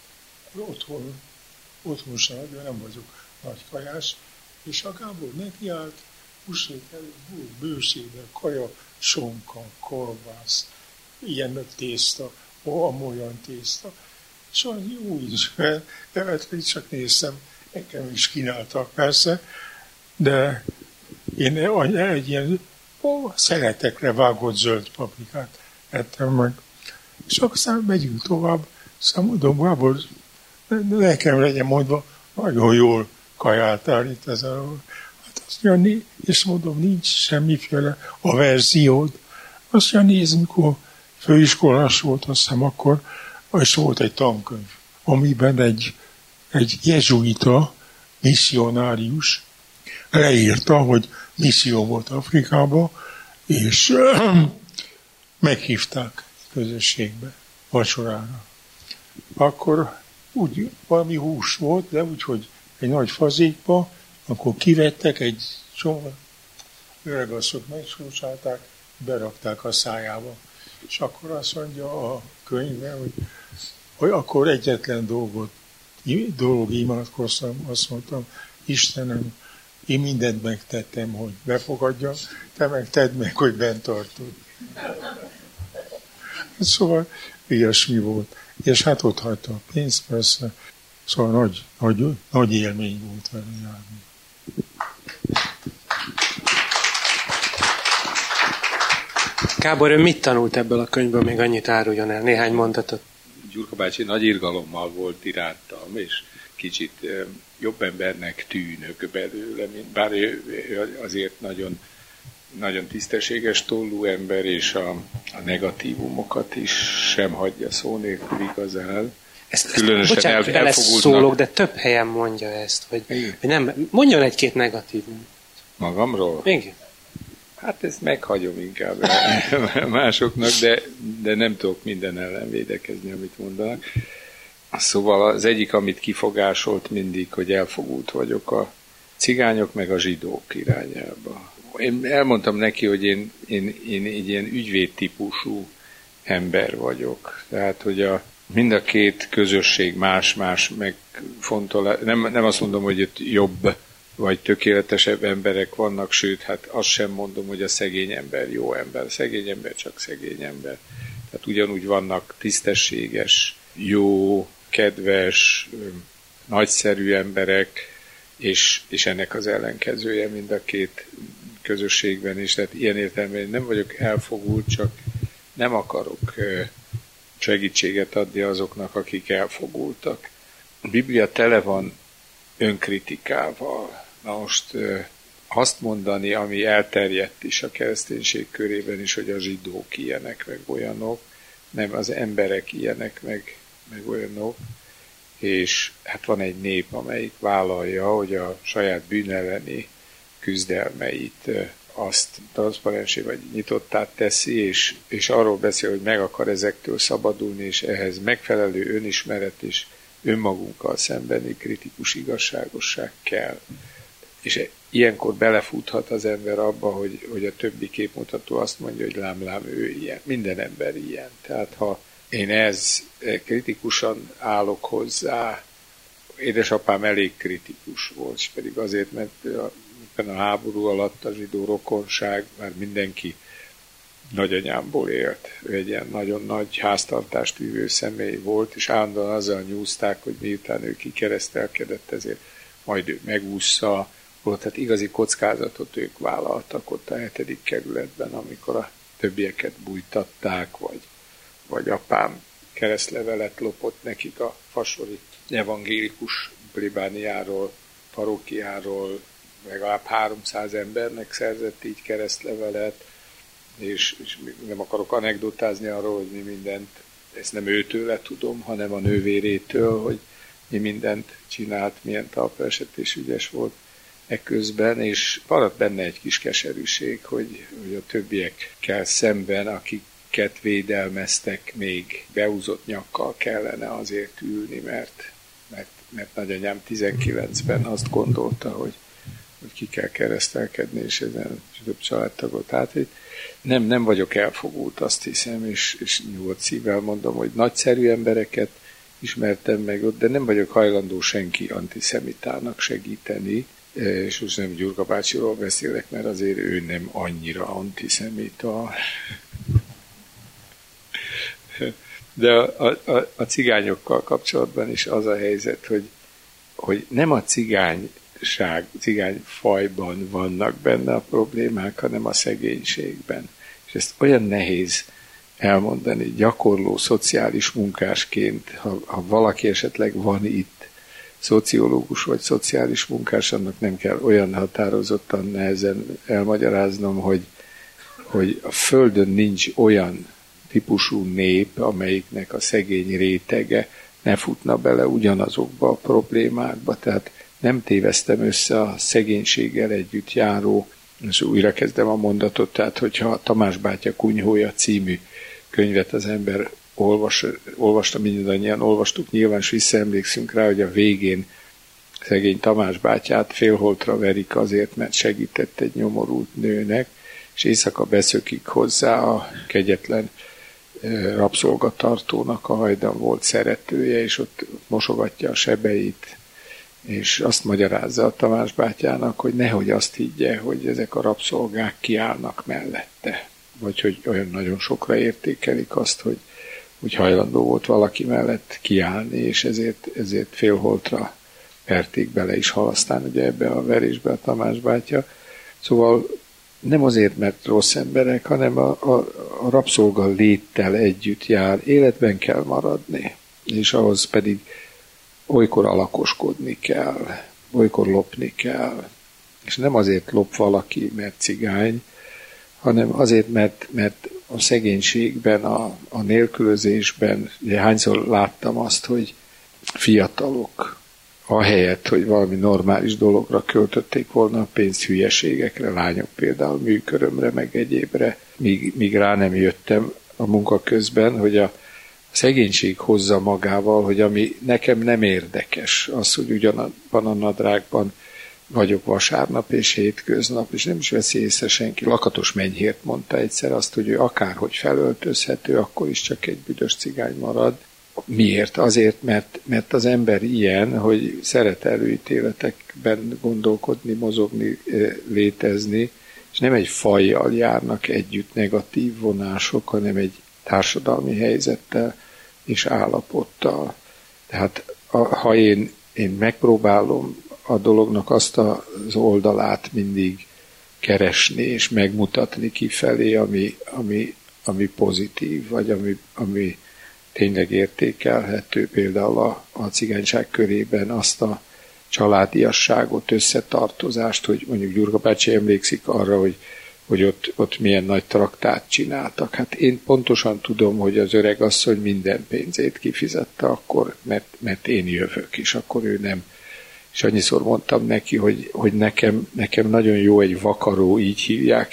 otthon sem, de nem vagyok nagy kajás, és a Gábor nekiállt, puszét előtt, bősébe, kaja, sonka, kolbász, ilyen tészta, amolyan tészta. Szóval jó is, mert csak néztem, nekem is kínáltak persze, de én egy ilyen szeletekre vágott zöld paprikát ettem meg. És aztán megyünk tovább, aztán mondom, Gábor, nekem legyen mondva, nagyon jól kajáltál itt ezen. Hát azt mondja, és mondom, nincs semmiféle averziód. Azt mondja, nézd, mikor főiskolás volt, azt hiszem akkor, és volt egy tankönyv, amiben egy jezsuita misszionárius leírta, hogy misszió volt Afrikába, és meghívták közösségbe, vacsorára. Akkor úgy valami hús volt, de úgy, hogy egy nagy fazékba, akkor kivettek egy csomó, öregasszok megcsócsálták, berakták a szájába. És akkor azt mondja a könyvben, hogy akkor egyetlen dolog imádkoztam, azt mondtam, Istenem, én mindent megtettem, hogy befogadjam, te meg tedd meg, hogy bent tartod. Szóval ilyesmi volt. És hát ott hagyta a pénzt, persze. Szóval nagy élmény volt vele járni. Gábor, ön mit tanult ebből a könyvből, még annyit áruljon el, néhány mondatot? Gyurka bácsi nagy irgalommal volt irántam, és kicsit jobb embernek tűnök belőle, bár ő azért nagyon, nagyon tisztességes tollú ember, és a negatívumokat is sem hagyja szó nélkül igazán. Különösen elfogultnak. De több helyen mondja ezt, hogy nem, mondjon egy-két negatívum. Magamról? Igen. Hát ezt meghagyom inkább másoknak, de nem tudok minden ellen védekezni, amit mondanak. Szóval az egyik, amit kifogásolt mindig, hogy elfogult vagyok a cigányok meg a zsidók irányába. Én elmondtam neki, hogy én egy ilyen ügyvéd típusú ember vagyok. Tehát, hogy mind a két közösség más-más megfontol. Nem azt mondom, hogy itt jobb vagy tökéletesebb emberek vannak, sőt, hát azt sem mondom, hogy a szegény ember jó ember. A szegény ember csak szegény ember. Tehát ugyanúgy vannak tisztességes, jó, kedves, nagyszerű emberek, és ennek az ellenkezője mind a két közösségben is. Tehát ilyen értelemben nem vagyok elfogult, csak nem akarok segítséget adni azoknak, akik elfogultak. A Biblia tele van önkritikával. Na most azt mondani, ami elterjedt is a kereszténység körében is, hogy a zsidók ilyenek, meg olyanok, nem az emberek ilyenek, meg olyanok, és hát van egy nép, amelyik vállalja, hogy a saját bűn elleni küzdelmeit azt transzparensé vagy nyitottá teszi, és arról beszél, hogy meg akar ezektől szabadulni, és ehhez megfelelő önismeret és önmagunkkal szembeni kritikus igazságosság kell. És ilyenkor belefuthat az ember abba, hogy a többi képmutató azt mondja, hogy lám, ő ilyen. Minden ember ilyen. Tehát ha én kritikusan állok hozzá, édesapám elég kritikus volt, és pedig azért, mert a háború alatt a zsidó rokonság, már mindenki nagyanyámból élt. Ő egy ilyen nagyon nagy háztartást vívő személy volt, és állandóan azzal nyúzták, hogy miután ő kikeresztelkedett, ezért majd ő megúszza. Tehát igazi kockázatot ők vállaltak ott a 7. kerületben, amikor a többieket bújtatták, vagy apám keresztlevelet lopott nekik a fasori evangélikus plébániáról, parókiáról, legalább 300 embernek szerzett így keresztlevelet, és nem akarok anekdotázni arról, hogy mi mindent, ezt nem őtőle tudom, hanem a nővérétől, hogy mi mindent csinált, milyen talpraesett és ügyes volt ekközben, és maradt benne egy kis keserűség, hogy a többiekkel szemben, akiket védelmeztek, még beúzott nyakkal kellene azért ülni, mert nagyanyám 19-ben azt gondolta, hogy ki kell keresztelkedni, és ezen több családtagot átvitt. Nem vagyok elfogult, azt hiszem, és nyugodt szívvel mondom, hogy nagyszerű embereket ismertem meg ott, de nem vagyok hajlandó senki antiszemitának segíteni, és most nem Gyurka bácsiról beszélek, mert azért ő nem annyira antiszemita. De a cigányokkal kapcsolatban is az a helyzet, hogy nem a cigányfajban vannak benne a problémák, hanem a szegénységben. És ezt olyan nehéz elmondani gyakorló szociális munkásként, ha valaki esetleg van itt, szociológus vagy szociális munkás, annak nem kell olyan határozottan nehezen elmagyaráznom, hogy a Földön nincs olyan típusú nép, amelyiknek a szegény rétege ne futna bele ugyanazokba a problémákba. Tehát nem téveztem össze a szegénységgel együtt járó, és újra kezdem a mondatot, tehát hogyha a Tamás bátya kunyhója című könyvet az ember olvasta, mindannyian olvastuk, nyilván is visszaemlékszünk rá, hogy a végén szegény Tamás bátyát félholtra verik azért, mert segített egy nyomorult nőnek, és éjszaka beszökik hozzá a kegyetlen rabszolgatartónak a hajdan volt szeretője, és ott mosogatja a sebeit, és azt magyarázza a Tamás bátyának, hogy nehogy azt higgye, hogy ezek a rabszolgák kiállnak mellette, vagy hogy olyan nagyon sokra értékelik azt, hogy hajlandó volt valaki mellett kiállni, és ezért félholtra verték bele is hal, aztán ugye ebbe a verésbe a Tamás bátya. Szóval nem azért, mert rossz emberek, hanem a rabszolga léttel együtt jár, életben kell maradni, és ahhoz pedig olykor alakoskodni kell, olykor lopni kell. És nem azért lop valaki, mert cigány, hanem azért, mert a szegénységben, a nélkülözésben, ugye hányszor láttam azt, hogy fiatalok ahelyett, hogy valami normális dologra költötték volna a pénzt, hülyeségekre, lányok például műkörömre, meg egyébre, míg rá nem jöttem a munka közben, hogy a szegénység hozza magával, hogy ami nekem nem érdekes, az, hogy ugyanabban a nadrágban vagyok vasárnap és hétköznap, és nem is veszi észre senki. Lakatos Menyhért mondta egyszer azt, hogy ő akárhogy felöltözhető, akkor is csak egy büdös cigány marad. Miért? Azért, mert az ember ilyen, hogy szeret előítéletekben gondolkodni, mozogni, létezni, és nem egy fajjal járnak együtt negatív vonások, hanem egy társadalmi helyzettel és állapottal. Tehát ha én megpróbálom a dolognak azt az oldalát mindig keresni és megmutatni kifelé, ami pozitív, vagy ami tényleg értékelhető, például a cigányság körében azt a családiasságot, összetartozást, hogy mondjuk Gyurka bácsi emlékszik arra, hogy hogy ott milyen nagy traktát csináltak. Hát én pontosan tudom, hogy az öreg asszony minden pénzét kifizette akkor, mert én jövök, és akkor ő nem. És annyiszor mondtam neki, hogy nekem nagyon jó egy vakaró, így hívják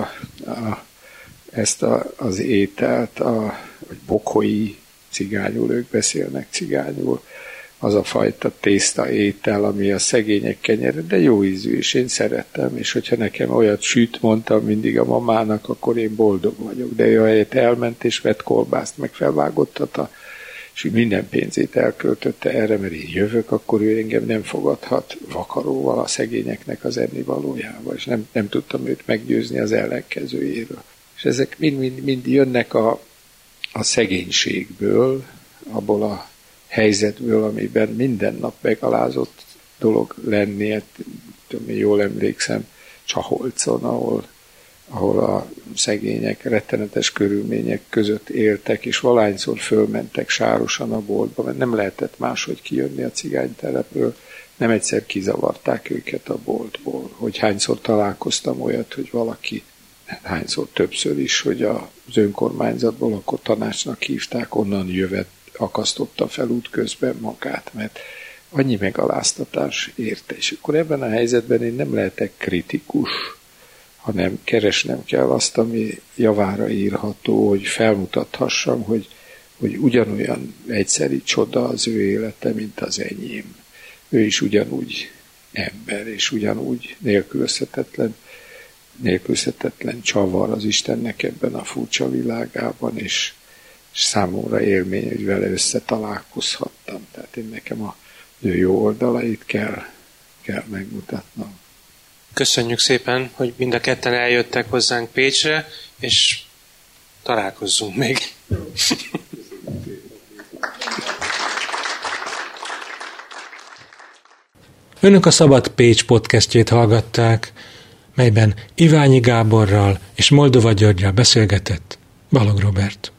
ezt az ételt, vagy bokhói, cigányul, ők beszélnek cigányul, az a fajta tészta étel, ami a szegények kenyere, de jó ízű, és én szeretem, és hogyha nekem olyat süt, mondtam mindig a mamának, akkor én boldog vagyok, de ő helyett elment és vett kolbászt, meg felvágottata, és minden pénzét elköltötte erre, mert én jövök, akkor ő engem nem fogadhat vakaróval a szegényeknek az ennivalójával, és nem tudtam őt meggyőzni az ellenkezőjéről. És ezek mind jönnek a szegénységből, abból a helyzetből, amiben minden nap megalázott dolog lenni. Hát, jól emlékszem, Csaholcon, ahol a szegények rettenetes körülmények között éltek, és valahányszor fölmentek sárosan a boltba, mert nem lehetett máshogy kijönni a cigánytelepről, nem egyszer kizavarták őket a boltból. Hogy hányszor találkoztam olyat, hogy valaki, hányszor többször is, hogy az önkormányzatból akkor tanácsnak hívták, onnan jövet, akasztotta fel út közben magát, mert annyi megaláztatás érte. És akkor ebben a helyzetben én nem lehetek kritikus, hanem keresnem kell azt, ami javára írható, hogy felmutathassam, hogy ugyanolyan egyszeri csoda az ő élete, mint az enyém. Ő is ugyanúgy ember, és ugyanúgy nélkülözhetetlen csavar az Istennek ebben a furcsa világában, és számomra élmény, hogy vele összetalálkozhattam. Tehát én nekem az ő jó oldalait kell megmutatnom. Köszönjük szépen, hogy mind a ketten eljöttek hozzánk Pécsre, és találkozzunk még. Önök a Szabad Pécs podcastjét hallgatták, melyben Iványi Gáborral és Moldova Györggyel beszélgetett Balogh Róbert.